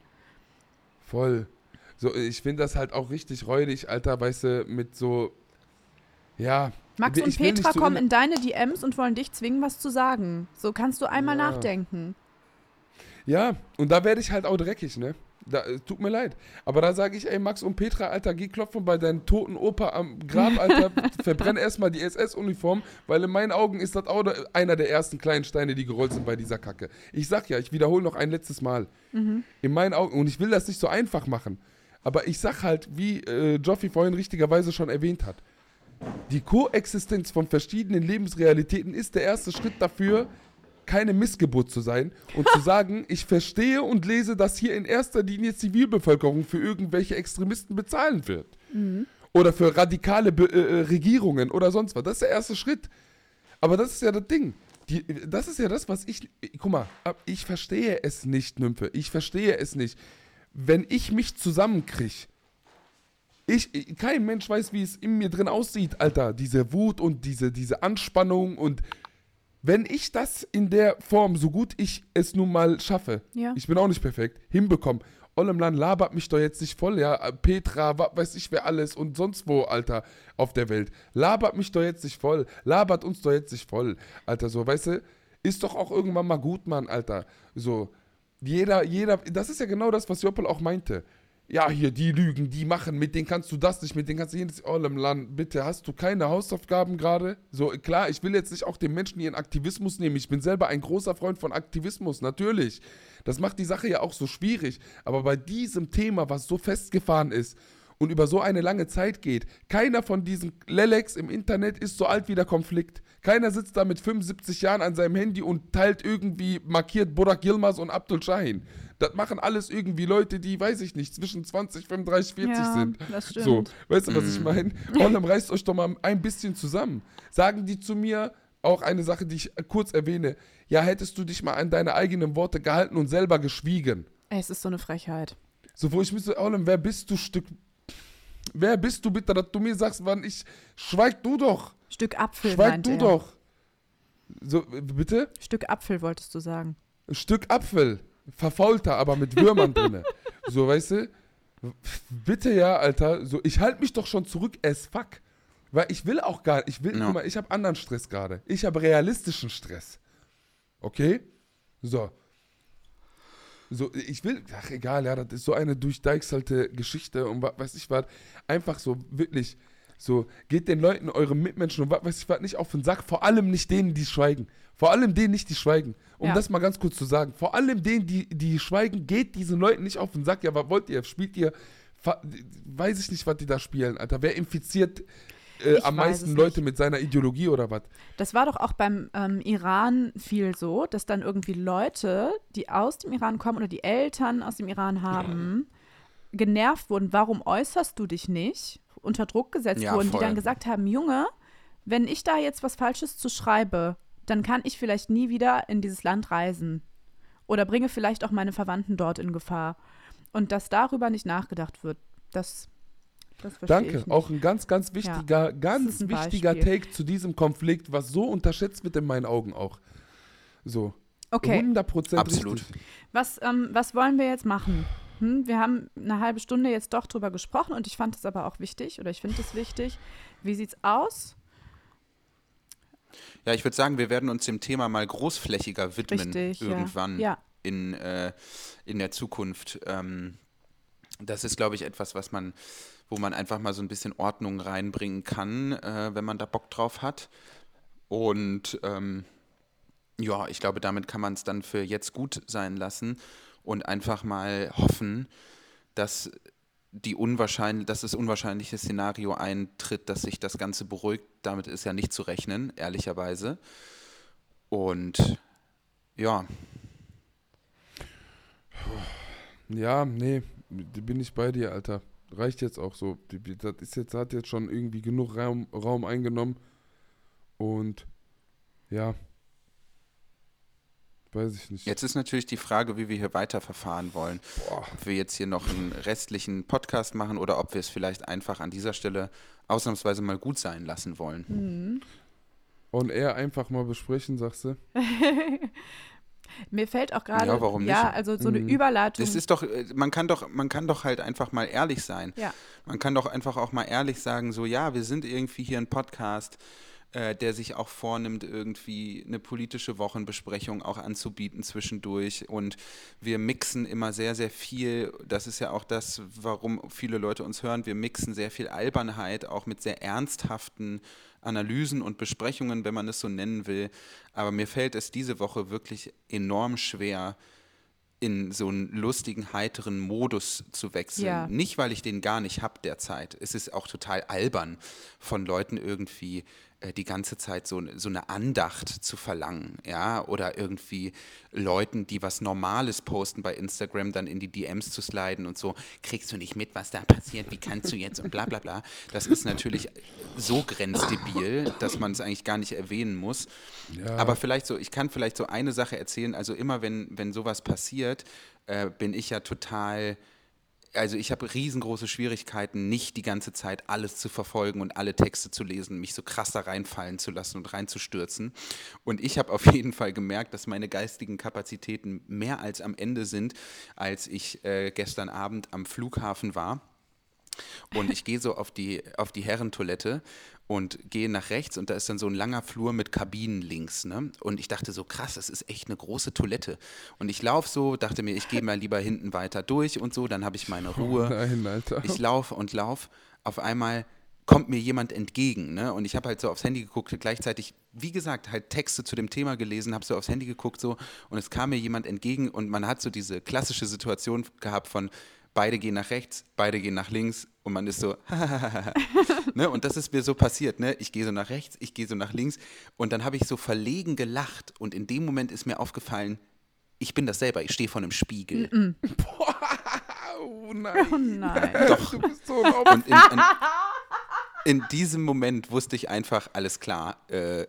Voll. So, ich finde das halt auch richtig räudig, Alter, weißt du, mit so, ja. Max ich und will nicht Petra so kommen in- in deine D Ms und wollen dich zwingen, was zu sagen. So kannst du einmal Ja. nachdenken. Ja, und da werde ich halt auch dreckig, ne? Da, äh, tut mir leid. Aber da sage ich, ey, Max und Petra, Alter, geh klopfen bei deinem toten Opa am Grab, Alter. Verbrenn erstmal die S S-Uniform, weil in meinen Augen ist das auch einer der ersten kleinen Steine, die gerollt sind bei dieser Kacke. Ich sag ja, ich wiederhole noch ein letztes Mal. In meinen Augen, und ich will das nicht so einfach machen, aber ich sag halt, wie äh, Joffi vorhin richtigerweise schon erwähnt hat, die Koexistenz von verschiedenen Lebensrealitäten ist der erste Schritt dafür, keine Missgeburt zu sein und zu sagen, ich verstehe und lese, dass hier in erster Linie Zivilbevölkerung für irgendwelche Extremisten bezahlen wird. Oder für radikale Be äh, Regierungen oder sonst was. Das ist der erste Schritt. Aber das ist ja das Ding. Die, das ist ja das, was ich... Guck mal, ich verstehe es nicht, Nymphe. Ich verstehe es nicht. Wenn ich mich zusammenkriege, ich, kein Mensch weiß, wie es in mir drin aussieht, Alter. Diese Wut und diese, diese Anspannung und wenn ich das in der Form, so gut ich es nun mal schaffe, Ja. ich bin auch nicht perfekt, hinbekommen, Olemlan labert mich doch jetzt nicht voll, ja, Petra, was weiß ich wer alles und sonst wo, Alter, auf der Welt, labert mich doch jetzt nicht voll, labert uns doch jetzt nicht voll, Alter, so, weißt du, ist doch auch irgendwann mal gut, Mann, Alter, so, jeder, jeder, das ist ja genau das, was Joppel auch meinte, ja, hier, die lügen, die machen, mit denen kannst du das nicht, mit denen kannst du jedes All im Land. Bitte, hast du keine Hausaufgaben gerade? So, klar, ich will jetzt nicht auch den Menschen ihren Aktivismus nehmen. Ich bin selber ein großer Freund von Aktivismus, natürlich. Das macht die Sache ja auch so schwierig. Aber bei diesem Thema, was so festgefahren ist und über so eine lange Zeit geht, keiner von diesen Lelex im Internet ist so alt wie der Konflikt. Keiner sitzt da mit fünfundsiebzig Jahren an seinem Handy und teilt irgendwie, markiert Burak Yilmaz und Abdul Shahin. Das machen alles irgendwie Leute, die, weiß ich nicht, zwischen zwanzig, fünfunddreißig, vierzig Ja, sind. das stimmt. So, weißt du, was ich meine? Ollem, reißt euch doch mal ein bisschen zusammen. Sagen die zu mir, auch eine Sache, die ich kurz erwähne, ja, hättest du dich mal an deine eigenen Worte gehalten und selber geschwiegen. Ey, es ist so eine Frechheit. So, wo ich mir so, Ollem, wer bist du, Stück, wer bist du bitte, dass du mir sagst, wann ich, schweig du doch. Stück Apfel, Schweig meint du er. doch. So, bitte? Stück Apfel wolltest du sagen. Ein Stück Apfel. Verfaulter, aber mit Würmern drinne. So, weißt du? Bitte ja, Alter. So, ich halte mich doch schon zurück as fuck. Weil ich will auch gar nicht. Ich will, No. guck mal, ich habe anderen Stress gerade. Ich habe realistischen Stress. Okay? So. So, ich will, ach egal, ja, das ist so eine durchdeichselte Geschichte und was weiß ich was. Einfach so, wirklich. So, geht den Leuten, euren Mitmenschen und was weiß ich was nicht auf den Sack. Vor allem nicht denen, die schweigen. Vor allem denen nicht, die schweigen. Um Ja. das mal ganz kurz zu sagen. Vor allem denen, die, die schweigen, geht diesen Leuten nicht auf den Sack. Ja, was wollt ihr? Spielt ihr, fa- weiß ich nicht, was die da spielen, Alter. Wer infiziert äh, Ich am weiß meisten es Leute nicht. mit seiner Ideologie oder was? Das war doch auch beim ähm, Iran viel so, dass dann irgendwie Leute, die aus dem Iran kommen oder die Eltern aus dem Iran haben, genervt wurden. Warum äußerst du dich nicht? Unter Druck gesetzt Ja, wurden, voll. die dann gesagt haben, Junge, wenn ich da jetzt was Falsches zu schreibe, dann kann ich vielleicht nie wieder in dieses Land reisen. Oder bringe vielleicht auch meine Verwandten dort in Gefahr. Und dass darüber nicht nachgedacht wird, das, das verstehe Danke. ich nicht. Auch ein ganz, ganz wichtiger, ganz ist ein wichtiger Beispiel. Take zu diesem Konflikt, was so unterschätzt wird in meinen Augen auch. So. Okay. hundert Prozent Absolut. richtig. Was, ähm, was wollen wir jetzt machen? Hm, wir haben eine halbe Stunde jetzt doch drüber gesprochen und ich fand es aber auch wichtig oder ich finde es wichtig. Wie sieht's aus? Ja, ich würde sagen, wir werden uns dem Thema mal großflächiger widmen Richtig, ja. irgendwann Ja. in, äh, in der Zukunft. Ähm, das ist, glaube ich, etwas, was man, wo man einfach mal so ein bisschen Ordnung reinbringen kann, äh, wenn man da Bock drauf hat. Und ähm, ja, ich glaube, damit kann man es dann für jetzt gut sein lassen und einfach mal hoffen, dass die unwahrscheinlich, dass das unwahrscheinliche Szenario eintritt, dass sich das Ganze beruhigt. Damit ist ja nicht zu rechnen, ehrlicherweise. Und ja, Ja, nee, da bin ich bei dir, Alter. Reicht jetzt auch so. Die- die- Das ist jetzt, hat jetzt schon irgendwie genug Raum, Raum eingenommen. Und ja, weiß ich nicht. jetzt ist natürlich die Frage, wie wir hier weiterverfahren wollen. Boah. Ob wir jetzt hier noch einen restlichen Podcast machen oder ob wir es vielleicht einfach an dieser Stelle ausnahmsweise mal gut sein lassen wollen. Und eher einfach mal besprechen, sagst du? Mir fällt auch gerade, Ja, warum nicht? ja, also so eine Mhm. Überleitung. Das ist doch, äh, man kann doch, man kann doch halt einfach mal ehrlich sein. Ja. Man kann doch einfach auch mal ehrlich sagen, so ja, wir sind irgendwie hier ein Podcast, äh, der sich auch vornimmt, irgendwie eine politische Wochenbesprechung auch anzubieten zwischendurch. Und wir mixen immer sehr, sehr viel. Das ist ja auch das, warum viele Leute uns hören. Wir mixen sehr viel Albernheit, auch mit sehr ernsthaften Analysen und Besprechungen, wenn man es so nennen will. Aber mir fällt es diese Woche wirklich enorm schwer, in so einen lustigen, heiteren Modus zu wechseln. Ja. Nicht, weil ich den gar nicht habe derzeit. Es ist auch total albern, von Leuten irgendwie äh, die ganze Zeit so, so eine Andacht zu verlangen, ja, oder irgendwie Leuten, die was Normales posten bei Instagram, dann in die D Ms zu sliden und so, kriegst du nicht mit, was da passiert, wie kannst du jetzt und bla bla bla. Das ist natürlich so grenzdebil, dass man es eigentlich gar nicht erwähnen muss. Ja. Aber vielleicht so, ich kann vielleicht so eine Sache erzählen, also immer wenn, wenn sowas passiert, äh, bin ich ja total, also ich habe riesengroße Schwierigkeiten, nicht die ganze Zeit alles zu verfolgen und alle Texte zu lesen, mich so krass da reinfallen zu lassen und reinzustürzen. Und ich habe auf jeden Fall gemerkt, dass meine geistigen Kapazitäten mehr als am Ende sind, als ich äh, gestern Abend am Flughafen war. Und ich gehe so auf die, auf die Herrentoilette und gehe nach rechts und da ist dann so ein langer Flur mit Kabinen links. Ne? Und ich dachte so, krass, das ist echt eine große Toilette. Und ich laufe so, dachte mir, ich gehe mal lieber hinten weiter durch und so, dann habe ich meine Ruhe. Oh nein, Alter. Ich laufe und laufe. Auf einmal kommt mir jemand entgegen. Ne? Und ich habe halt so aufs Handy geguckt, gleichzeitig, wie gesagt, halt Texte zu dem Thema gelesen, habe so aufs Handy geguckt so und es kam mir jemand entgegen und man hat so diese klassische Situation gehabt von beide gehen nach rechts, beide gehen nach links und man ist so, ne? Und das ist mir so passiert, ne? Ich gehe so nach rechts, ich gehe so nach links und dann habe ich so verlegen gelacht und in dem Moment ist mir aufgefallen, ich bin das selber, ich stehe vor einem Spiegel. Mm-mm. Oh nein. Oh nein. Doch. Du bist so ein Opfer. Und in, in, in diesem Moment wusste ich einfach, alles klar, äh,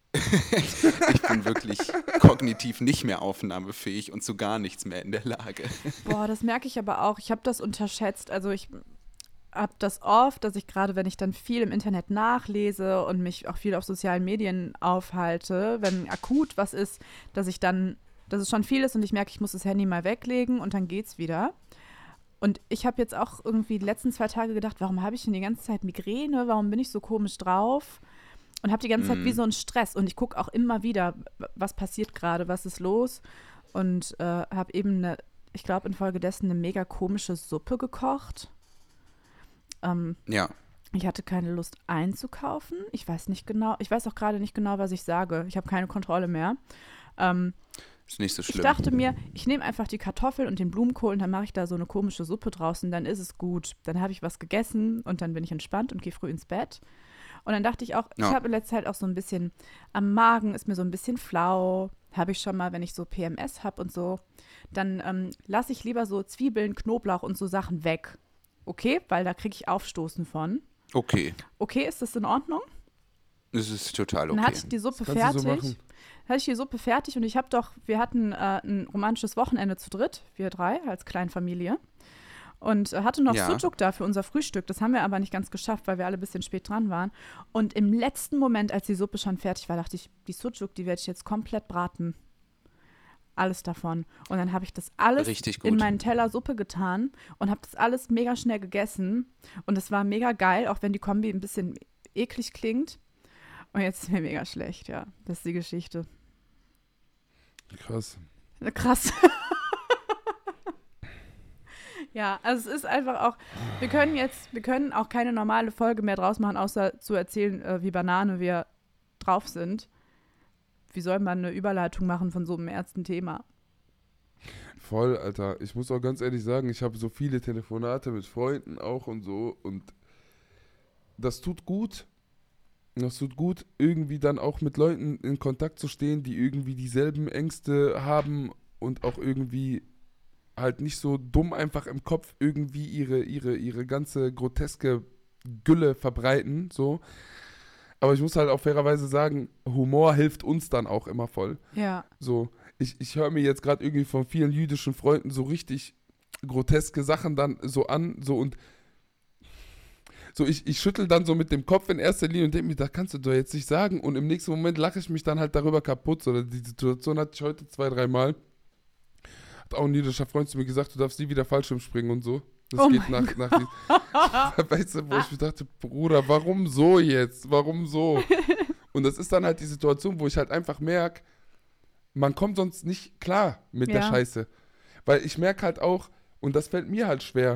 ich bin wirklich kognitiv nicht mehr aufnahmefähig und zu gar nichts mehr in der Lage. Boah, das merke ich aber auch. Ich habe das unterschätzt. Also ich habe das oft, dass ich gerade, wenn ich dann viel im Internet nachlese und mich auch viel auf sozialen Medien aufhalte, wenn akut was ist, dass ich dann, dass es schon viel ist und ich merke, ich muss das Handy mal weglegen und dann geht's wieder. Und ich habe jetzt auch irgendwie die letzten zwei Tage gedacht, warum habe ich denn die ganze Zeit Migräne? Warum bin ich so komisch drauf? Und habe die ganze Zeit wie so einen Stress. Und ich gucke auch immer wieder, was passiert gerade, was ist los. Und äh, habe eben, eine, ich glaube, infolgedessen eine mega komische Suppe gekocht. Ähm, Ja. ich hatte keine Lust einzukaufen. Ich weiß nicht genau, ich weiß auch gerade nicht genau, was ich sage. Ich habe keine Kontrolle mehr. Ähm, Ist nicht so schlimm. Ich dachte mir, ich nehme einfach die Kartoffel und den Blumenkohl und dann mache ich da so eine komische Suppe draus und dann ist es gut. Dann habe ich was gegessen und dann bin ich entspannt und gehe früh ins Bett. Und dann dachte ich auch, Ja. ich habe in letzter Zeit auch so ein bisschen, am Magen ist mir so ein bisschen flau. Habe ich schon mal, wenn ich so P M S habe und so. Dann ähm, lasse ich lieber so Zwiebeln, Knoblauch und so Sachen weg. Okay, weil da kriege ich Aufstoßen von. Okay, Okay, ist das in Ordnung? das ist total okay. Dann hatte ich die Suppe Das kannst du fertig. so machen. hatte ich die Suppe fertig und ich habe doch, wir hatten äh, ein romantisches Wochenende zu dritt, wir drei als Kleinfamilie. Und äh, hatte noch Ja. Sucuk da für unser Frühstück. Das haben wir aber nicht ganz geschafft, weil wir alle ein bisschen spät dran waren. Und im letzten Moment, als die Suppe schon fertig war, dachte ich, die Sucuk, die werde ich jetzt komplett braten. Alles davon. Und dann habe ich das alles Richtig in gut. meinen Teller Suppe getan und habe das alles mega schnell gegessen. Und es war mega geil, auch wenn die Kombi ein bisschen eklig klingt. Und jetzt ist mir mega schlecht, ja. Das ist die Geschichte. Krass. Krass. Ja, also es ist einfach auch, wir können jetzt, wir können auch keine normale Folge mehr draus machen, außer zu erzählen, äh, wie Banane wir drauf sind. Wie soll man eine Überleitung machen von so einem ernsten Thema? Voll, Alter. Ich muss auch ganz ehrlich sagen, ich habe so viele Telefonate mit Freunden auch und so und das tut gut. Das tut gut, irgendwie dann auch mit Leuten in Kontakt zu stehen, die irgendwie dieselben Ängste haben und auch irgendwie halt nicht so dumm einfach im Kopf irgendwie ihre, ihre, ihre ganze groteske Gülle verbreiten, so. Aber ich muss halt auch fairerweise sagen, Humor hilft uns dann auch immer voll. Ja. So, ich, ich höre mir jetzt gerade irgendwie von vielen jüdischen Freunden so richtig groteske Sachen dann so an, so und so ich, ich schüttel dann so mit dem Kopf in erster Linie und denke mir, das kannst du doch jetzt nicht sagen und im nächsten Moment lache ich mich dann halt darüber kaputt. So, die Situation hatte ich heute zwei, dreimal. Hat auch ein jüdischer Freund zu mir gesagt, du darfst nie wieder Fallschirm springen und so. Das Oh geht mein nach, nach die, weißt du, wo ich mir dachte, Bruder, warum so jetzt? Warum so? Und das ist dann halt die Situation, wo ich halt einfach merke, man kommt sonst nicht klar mit der Ja. Scheiße. Weil ich merke halt auch, und das fällt mir halt schwer,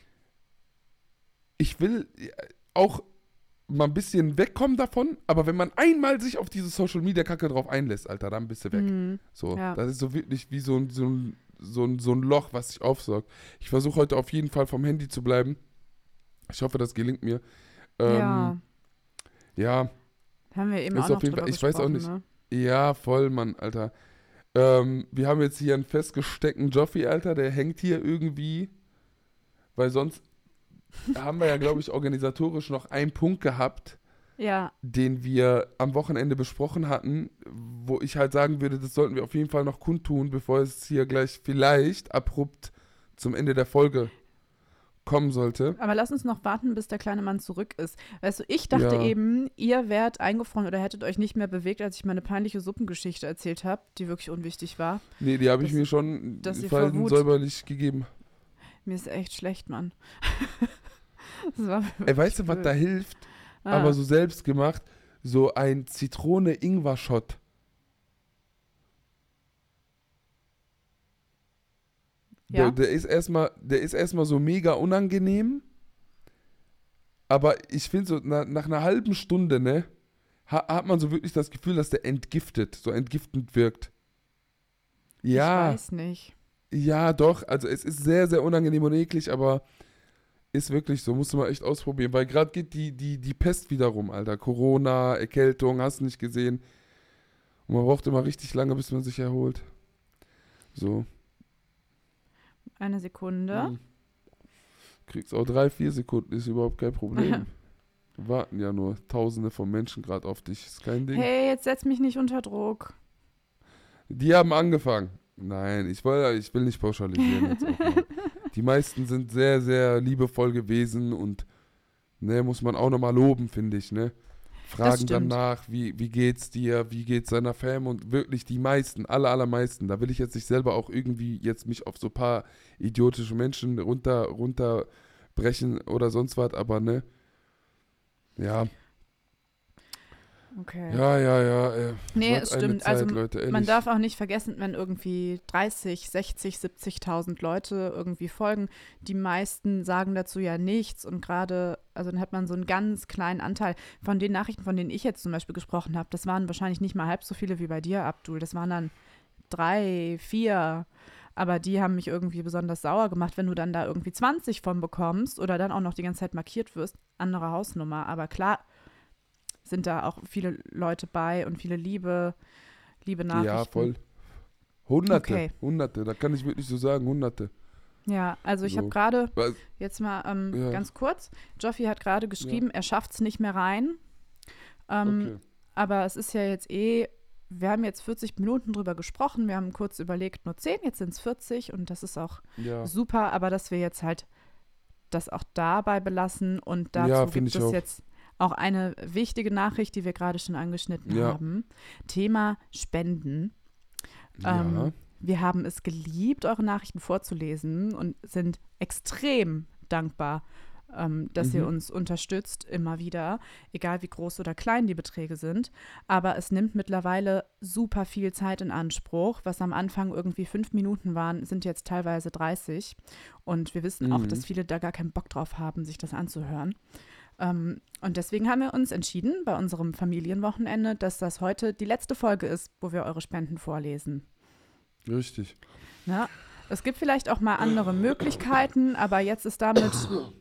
ich will auch mal ein bisschen wegkommen davon, aber wenn man einmal sich auf diese Social-Media-Kacke drauf einlässt, Alter, dann bist du weg. Mhm. So, Ja. das ist so wirklich wie so ein, so ein, so ein, so ein Loch, was sich aufsaugt. Ich versuche heute auf jeden Fall vom Handy zu bleiben. Ich hoffe, das gelingt mir. Ähm, Ja. ja. Haben wir eben ist auch noch auf jeden drüber Fall- ich weiß auch gesprochen, nicht. Ne? Ja, voll, Mann, Alter. Ähm, wir haben jetzt hier einen festgesteckten Joffi, Alter, der hängt hier irgendwie, weil sonst haben wir ja, glaube ich, organisatorisch noch einen Punkt gehabt, Ja. den wir am Wochenende besprochen hatten, wo ich halt sagen würde, das sollten wir auf jeden Fall noch kundtun, bevor es hier gleich vielleicht abrupt zum Ende der Folge kommen sollte. Aber lass uns noch warten, bis der kleine Mann zurück ist. Weißt du, ich dachte Ja. eben, ihr wärt eingefroren oder hättet euch nicht mehr bewegt, als ich meine peinliche Suppengeschichte erzählt habe, die wirklich unwichtig war. Nee, die habe ich Das- mir schon dass ihr fallen vor Wut- säuberlich gegeben. Mir ist echt schlecht, Mann. Das war Ey, weißt du, was blöd. da hilft? Ah. Aber so selbst gemacht, so ein Zitrone-Ingwer-Shot. Ja? Der, der ist erstmal, der ist erstmal so mega unangenehm. Aber ich finde so, na, nach einer halben Stunde, ne, ha, hat man so wirklich das Gefühl, dass der entgiftet, so entgiftend wirkt. Ja, Ich weiß nicht. ja, doch. Also es ist sehr, sehr unangenehm und eklig, aber ist wirklich so, musst du mal echt ausprobieren. Weil gerade geht die, die, die Pest wieder rum, Alter. Corona, Erkältung, hast du nicht gesehen. Und man braucht immer richtig lange, bis man sich erholt. So. Eine Sekunde. Mhm. Kriegst auch drei, vier Sekunden, ist überhaupt kein Problem. Warten ja nur Tausende von Menschen gerade auf dich, ist kein Ding. Hey, jetzt setz mich nicht unter Druck. Die haben angefangen. Nein, ich will, ich will nicht pauschalisieren jetzt auch mal. Die meisten sind sehr, sehr liebevoll gewesen und ne, muss man auch nochmal loben, finde ich, ne? Fragen dann stimmt. nach, wie, wie geht's dir, wie geht's deiner Fam und wirklich die meisten, alle, allermeisten, da will ich jetzt nicht selber auch irgendwie jetzt mich auf so ein paar idiotische Menschen runter, runterbrechen oder sonst was, aber ne, ja, Okay. ja, ja, ja, äh, Nee, was es eine stimmt. Zeit, Also Leute, ehrlich. man darf auch nicht vergessen, wenn irgendwie dreißig, sechzig, siebzigtausend Leute irgendwie folgen, die meisten sagen dazu ja nichts und gerade, also dann hat man so einen ganz kleinen Anteil von den Nachrichten, von denen ich jetzt zum Beispiel gesprochen habe, das waren wahrscheinlich nicht mal halb so viele wie bei dir, Abdul, das waren dann drei, vier, aber die haben mich irgendwie besonders sauer gemacht, wenn du dann da irgendwie zwanzig von bekommst oder dann auch noch die ganze Zeit markiert wirst, andere Hausnummer, aber klar sind da auch viele Leute bei und viele liebe, liebe Nachrichten. Ja, voll. Hunderte, Okay. Hunderte, da kann ich wirklich so sagen, Hunderte. Ja, also ich So. habe gerade, Was- jetzt mal ähm, Ja. ganz kurz, Joffi hat gerade geschrieben, er schafft es nicht mehr rein. Ähm, Okay. Aber es ist ja jetzt eh, wir haben jetzt vierzig Minuten drüber gesprochen, wir haben kurz überlegt, nur zehn, jetzt sind es vierzig und das ist auch Ja. super, aber dass wir jetzt halt das auch dabei belassen und dazu Ja, gibt find es ich auch. jetzt auch eine wichtige Nachricht, die wir gerade schon angeschnitten Ja. haben. Thema Spenden. Ja. Ähm, wir haben es geliebt, eure Nachrichten vorzulesen und sind extrem dankbar, ähm, dass ihr Mhm. uns unterstützt, immer wieder, egal wie groß oder klein die Beträge sind. Aber es nimmt mittlerweile super viel Zeit in Anspruch. Was am Anfang irgendwie fünf Minuten waren, sind jetzt teilweise dreißig. Und wir wissen auch, Mhm. dass viele da gar keinen Bock drauf haben, sich das anzuhören. Ähm, und deswegen haben wir uns entschieden, bei unserem Familienwochenende, dass das heute die letzte Folge ist, wo wir eure Spenden vorlesen. Richtig. Ja, es gibt vielleicht auch mal andere Möglichkeiten, aber jetzt ist damit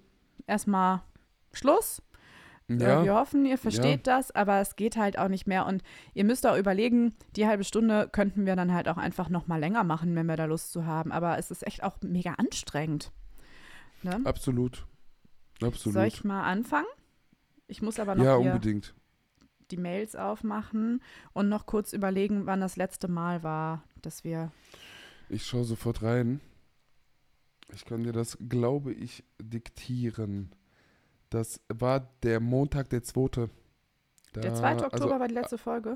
erstmal Schluss. Äh, Ja. Wir hoffen, ihr versteht das, aber es geht halt auch nicht mehr. Und ihr müsst auch überlegen, die halbe Stunde könnten wir dann halt auch einfach noch mal länger machen, wenn wir da Lust zu haben. Aber es ist echt auch mega anstrengend. Ne? Absolut. Absolut. Soll ich mal anfangen? Ich muss aber noch ja, hier unbedingt. die Mails aufmachen und noch kurz überlegen, wann das letzte Mal war, dass wir. Ich schaue sofort rein. Ich kann dir das, glaube ich, diktieren. Das war der Montag, der zweite. Da, Der zweite Oktober also, war die letzte Folge.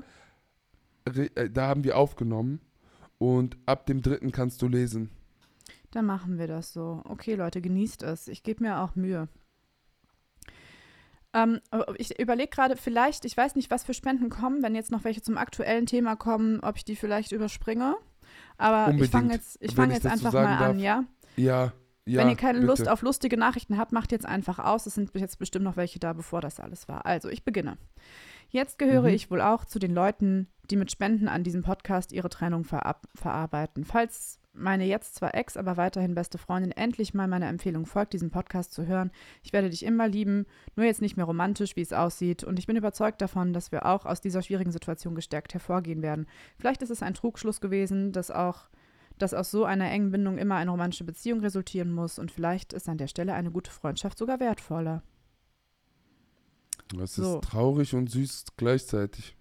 re- äh, da haben wir aufgenommen und ab dem dritten kannst du lesen. Dann machen wir das so. Okay, Leute, genießt es. Ich gebe mir auch Mühe. Ähm, aber ich überlege gerade, vielleicht, ich weiß nicht, was für Spenden kommen, wenn jetzt noch welche zum aktuellen Thema kommen, ob ich die vielleicht überspringe. Aber ich fange Unbedingt, jetzt, ich wenn fang ich jetzt das so einfach sagen mal an, darf. ja? Ja, ja. Wenn ihr keine bitte. Lust auf lustige Nachrichten habt, macht jetzt einfach aus. Es sind jetzt bestimmt noch welche da, bevor das alles war. Also, ich beginne. Jetzt gehöre Mhm. ich wohl auch zu den Leuten, die mit Spenden an diesem Podcast ihre Trennung verab- verarbeiten. Falls meine jetzt zwar Ex, aber weiterhin beste Freundin endlich mal meiner Empfehlung folgt, diesen Podcast zu hören, ich werde dich immer lieben, nur jetzt nicht mehr romantisch, wie es aussieht. Und ich bin überzeugt davon, dass wir auch aus dieser schwierigen Situation gestärkt hervorgehen werden. Vielleicht ist es ein Trugschluss gewesen, dass auch dass aus so einer engen Bindung immer eine romantische Beziehung resultieren muss und vielleicht ist an der Stelle eine gute Freundschaft sogar wertvoller. Das so. ist traurig und süß gleichzeitig.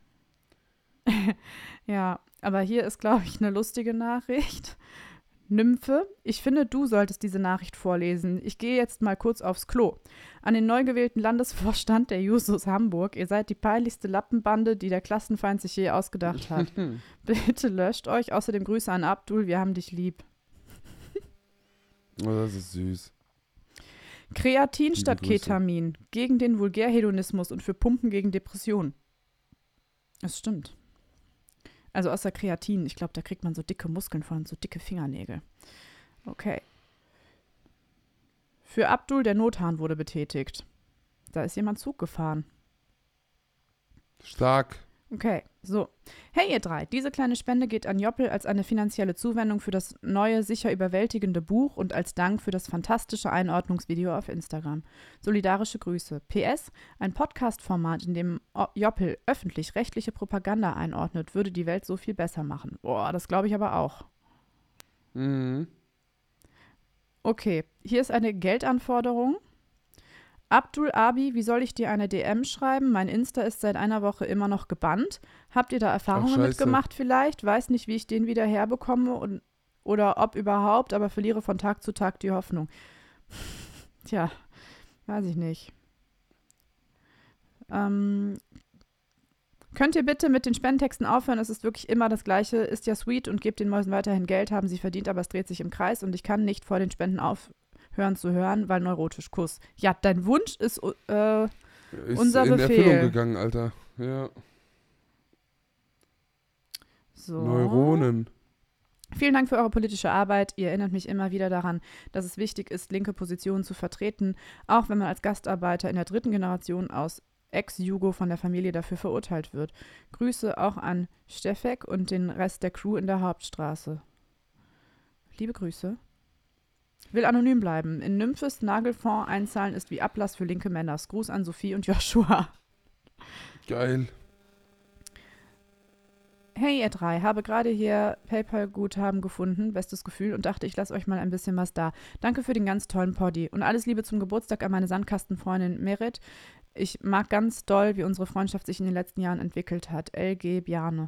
Ja, aber hier ist, glaube ich, eine lustige Nachricht. Nymphe, ich finde, du solltest diese Nachricht vorlesen. Ich gehe jetzt mal kurz aufs Klo. An den neu gewählten Landesvorstand der Jusos Hamburg, ihr seid die peinlichste Lappenbande, die der Klassenfeind sich je ausgedacht hat. Bitte löscht euch. Außerdem Grüße an Abdul, wir haben dich lieb. Oh, das ist süß. Kreatin Liebe statt Grüße. Ketamin. Gegen den Vulgärhedonismus und für Pumpen gegen Depressionen. Das stimmt. Also außer Kreatin. Ich glaube, da kriegt man so dicke Muskeln von, so dicke Fingernägel. Okay. Für Abdul, der Nothahn wurde betätigt. Da ist jemand Zug gefahren. Stark. Okay, so. Hey ihr drei, diese kleine Spende geht an Joppel als eine finanzielle Zuwendung für das neue, sicher überwältigende Buch und als Dank für das fantastische Einordnungsvideo auf Instagram. Solidarische Grüße. P S. Ein Podcast-Format, in dem O- Joppel öffentlich-rechtliche Propaganda einordnet, würde die Welt so viel besser machen. Boah, das glaube ich aber auch. Mhm. Okay, hier ist eine Geldanforderung. Abdul Abi, wie soll ich dir eine D M schreiben? Mein Insta ist seit einer Woche immer noch gebannt. Habt ihr da Erfahrungen Ach, scheiße. mitgemacht vielleicht? Weiß nicht, wie ich den wieder herbekomme und, oder ob überhaupt, aber verliere von Tag zu Tag die Hoffnung. Tja, weiß ich nicht. Ähm, könnt ihr bitte mit den Spendentexten aufhören? Es ist wirklich immer das Gleiche. Ist ja sweet und gebt den Mäusen weiterhin Geld, haben sie verdient, aber es dreht sich im Kreis und ich kann nicht vor den Spenden aufhören zu hören, weil neurotisch. Kuss. Ja, dein Wunsch ist äh, Ist Unser in Befehl. Erfüllung gegangen, Alter. Ja. so. Neuronen. Vielen Dank für eure politische Arbeit. Ihr erinnert mich immer wieder daran, dass es wichtig ist, linke Positionen zu vertreten, auch wenn man als Gastarbeiter in der dritten Generation aus Ex-Jugo von der Familie dafür verurteilt wird. Grüße auch an Steffek und den Rest der Crew in der Hauptstraße. Liebe Grüße. Will anonym bleiben. In Nymphes Nagelfonds einzahlen ist wie Ablass für linke Männer. Gruß an Sophie und Joshua. Geil. Hey ihr drei, habe gerade hier PayPal-Guthaben gefunden, bestes Gefühl und dachte, ich lasse euch mal ein bisschen was da. Danke für den ganz tollen Poddy und alles Liebe zum Geburtstag an meine Sandkastenfreundin Merit. Ich mag ganz doll, wie unsere Freundschaft sich in den letzten Jahren entwickelt hat. L G Bjarne.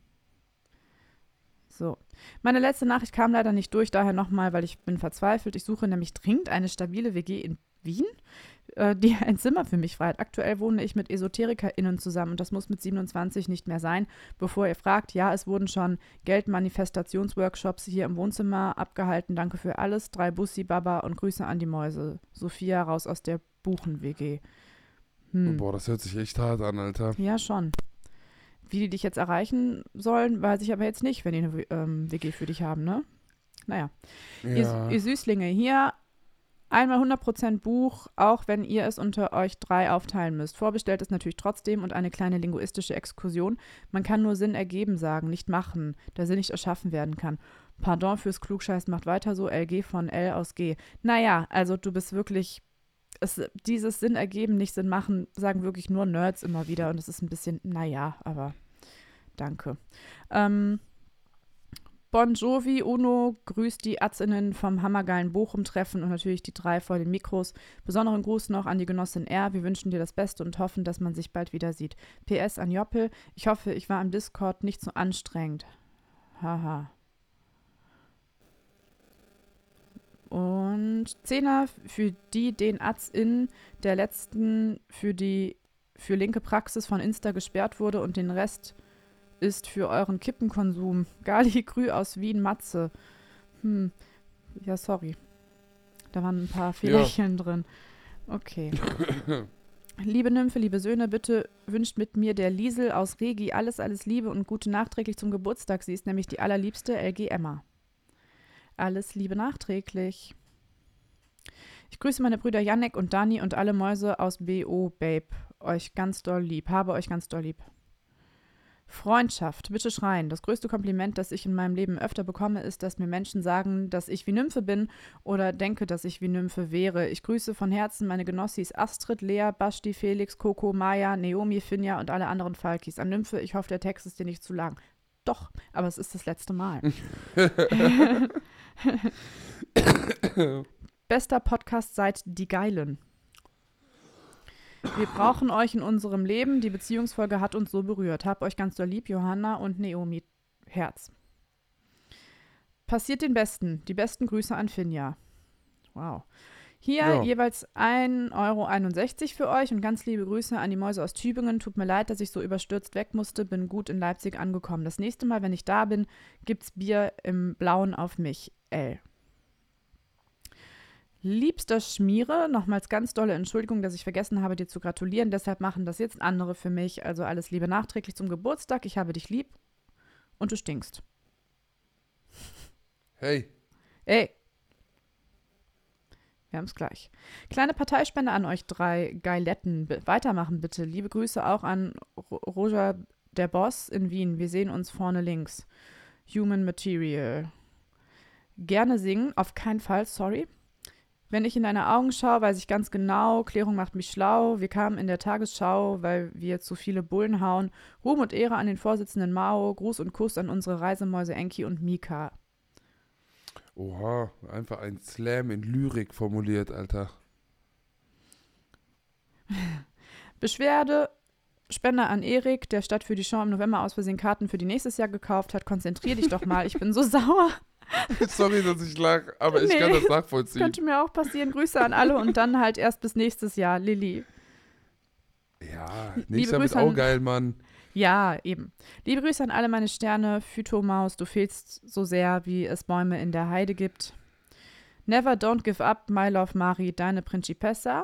So. Meine letzte Nachricht kam leider nicht durch, daher nochmal, weil ich bin verzweifelt. Ich suche nämlich dringend eine stabile W G in Wien, äh, die ein Zimmer für mich frei hat. Aktuell wohne ich mit EsoterikerInnen zusammen und das muss mit siebenundzwanzig nicht mehr sein. Bevor ihr fragt, ja, es wurden schon Geldmanifestationsworkshops hier im Wohnzimmer abgehalten. Danke für alles. Drei Bussi, Baba und Grüße an die Mäuse. Sophia raus aus der Buchen-W G. Hm. Boah, das hört sich echt hart an, Alter. Ja, schon. Wie die dich jetzt erreichen sollen, weiß ich aber jetzt nicht, wenn die eine ähm, W G für dich haben, ne? Naja. Ja. Ihr, ihr Süßlinge, hier einmal hundert Prozent Buch, auch wenn ihr es unter euch drei aufteilen müsst. Vorbestellt ist natürlich trotzdem und eine kleine linguistische Exkursion. Man kann nur Sinn ergeben sagen, nicht machen, da Sinn nicht erschaffen werden kann. Pardon fürs Klugscheiß, macht weiter so. L G von L aus G. Naja, also du bist wirklich, es, dieses Sinn ergeben, nicht Sinn machen, sagen wirklich nur Nerds immer wieder und es ist ein bisschen, naja, aber danke. Ähm, Bon Jovi, Uno, grüßt die Atzinnen vom hammergeilen Bochum-Treffen und natürlich die drei vor den Mikros. Besonderen Gruß noch an die Genossin R. Wir wünschen dir das Beste und hoffen, dass man sich bald wieder sieht. P S an Joppel. Ich hoffe, ich war im Discord nicht so anstrengend. Haha. Und Zehner für die den Atz-In der letzten für die für linke Praxis von Insta gesperrt wurde und den Rest ist für euren Kippenkonsum. Gali Grü aus Wien, Matze. Hm, ja, sorry. Da waren ein paar Fehlerchen ja. drin. Okay. Liebe Nymphe, liebe Söhne, bitte wünscht mit mir der Liesel aus Regi alles, alles Liebe und Gute nachträglich zum Geburtstag. Sie ist nämlich die allerliebste L G Emma. Alles Liebe nachträglich. Ich grüße meine Brüder Jannek und Dani und alle Mäuse aus B O, Babe. Euch ganz doll lieb. Habe euch ganz doll lieb. Freundschaft, bitte schreien. Das größte Kompliment, das ich in meinem Leben öfter bekomme, ist, dass mir Menschen sagen, dass ich wie Nymphe bin oder denke, dass ich wie Nymphe wäre. Ich grüße von Herzen meine Genossis Astrid, Lea, Basti, Felix, Coco, Maya, Naomi, Finja und alle anderen Falkis. An Nymphe, ich hoffe, der Text ist dir nicht zu lang. Doch, aber es ist das letzte Mal. Bester Podcast seit Die Geilen. Wir brauchen euch in unserem Leben. Die Beziehungsfolge hat uns so berührt. Hab euch ganz doll lieb, Johanna und Naomi. Herz. Passiert den Besten. Die besten Grüße an Finja. Wow. Hier ja. jeweils ein Euro einundsechzig für euch und ganz liebe Grüße an die Mäuse aus Tübingen. Tut mir leid, dass ich so überstürzt weg musste. Bin gut in Leipzig angekommen. Das nächste Mal, wenn ich da bin, gibt's Bier im Blauen auf mich. L. Liebster Schmiere, nochmals ganz dolle Entschuldigung, dass ich vergessen habe, dir zu gratulieren. Deshalb machen das jetzt andere für mich. Also alles Liebe nachträglich zum Geburtstag. Ich habe dich lieb und du stinkst. Hey. Ey. Wir haben es gleich. Kleine Parteispende an euch drei Geiletten. B- weitermachen bitte. Liebe Grüße auch an Ro- Roger, der Boss in Wien. Wir sehen uns vorne links. Human Material. Gerne singen, auf keinen Fall, sorry. Wenn ich in deine Augen schaue, weiß ich ganz genau, Klärung macht mich schlau. Wir kamen in der Tagesschau, weil wir zu viele Bullen hauen. Ruhm und Ehre an den Vorsitzenden Mao. Gruß und Kuss an unsere Reisemäuse Enki und Mika. Oha, einfach ein Slam in Lyrik formuliert, Alter. Beschwerde, Spender an Erik, der statt für die Show im November aus Versehen Karten für die nächstes Jahr gekauft hat. Konzentrier dich doch mal, ich bin so sauer. Sorry, dass ich lach, aber ich Nee, kann das nachvollziehen. Könnte mir auch passieren. Grüße an alle und dann halt erst bis nächstes Jahr, Lilly. Ja, Liebe nächstes Jahr wird Grüße auch an- geil, Mann. Ja, eben. Liebe Grüße an alle meine Sterne. Phytomaus, du fehlst so sehr, wie es Bäume in der Heide gibt. Never don't give up, my love Mari, deine Principessa.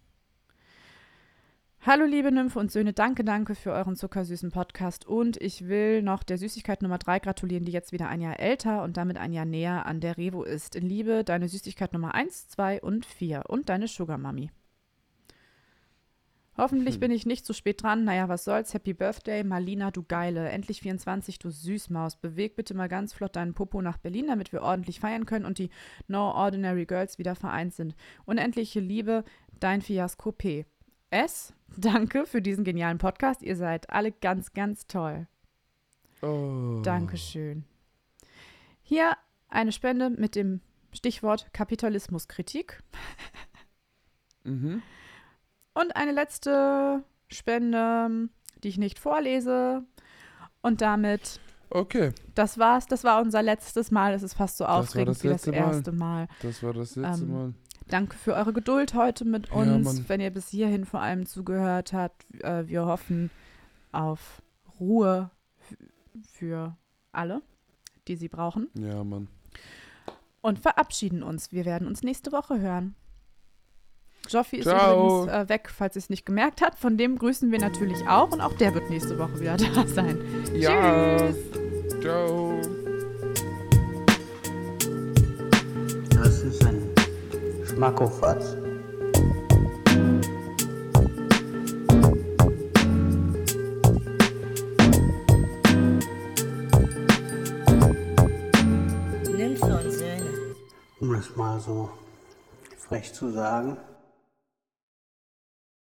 Hallo liebe Nymphe und Söhne, danke, danke für euren zuckersüßen Podcast und ich will noch der Süßigkeit Nummer drei gratulieren, die jetzt wieder ein Jahr älter und damit ein Jahr näher an der Revo ist. In Liebe, deine Süßigkeit Nummer eins, zwei und vier und deine Sugar Mami. Hoffentlich Hm. bin ich nicht zu spät dran. Naja, was soll's. Happy Birthday, Marlina, du Geile. Endlich vierundzwanzig, du Süßmaus. Beweg bitte mal ganz flott deinen Popo nach Berlin, damit wir ordentlich feiern können und die No Ordinary Girls wieder vereint sind. Unendliche Liebe, dein Fiasko P. S, danke für diesen genialen Podcast. Ihr seid alle ganz, ganz toll. Oh. Dankeschön. Hier eine Spende mit dem Stichwort Kapitalismuskritik. Mhm. Und eine letzte Spende, die ich nicht vorlese. Und damit, Okay, das war's. Das war unser letztes Mal. Es ist fast so war aufregend das wie das letzte Mal. erste Mal. das war das letzte Ähm, Mal. Danke für eure Geduld heute mit Ja, uns. Mann. Wenn ihr bis hierhin vor allem zugehört habt, äh, wir hoffen auf Ruhe f- für alle, die sie brauchen. Ja, Mann. Und verabschieden uns. Wir werden uns nächste Woche hören. Joffi ist Ciao. übrigens äh, weg, falls ihr es nicht gemerkt habt. Von dem grüßen wir natürlich auch. Und auch der wird nächste Woche wieder da sein. Ja. Tschüss. Ciao. Das ist ein Schmackofatz. Nymphe und Söhne. Um das mal so frech zu sagen.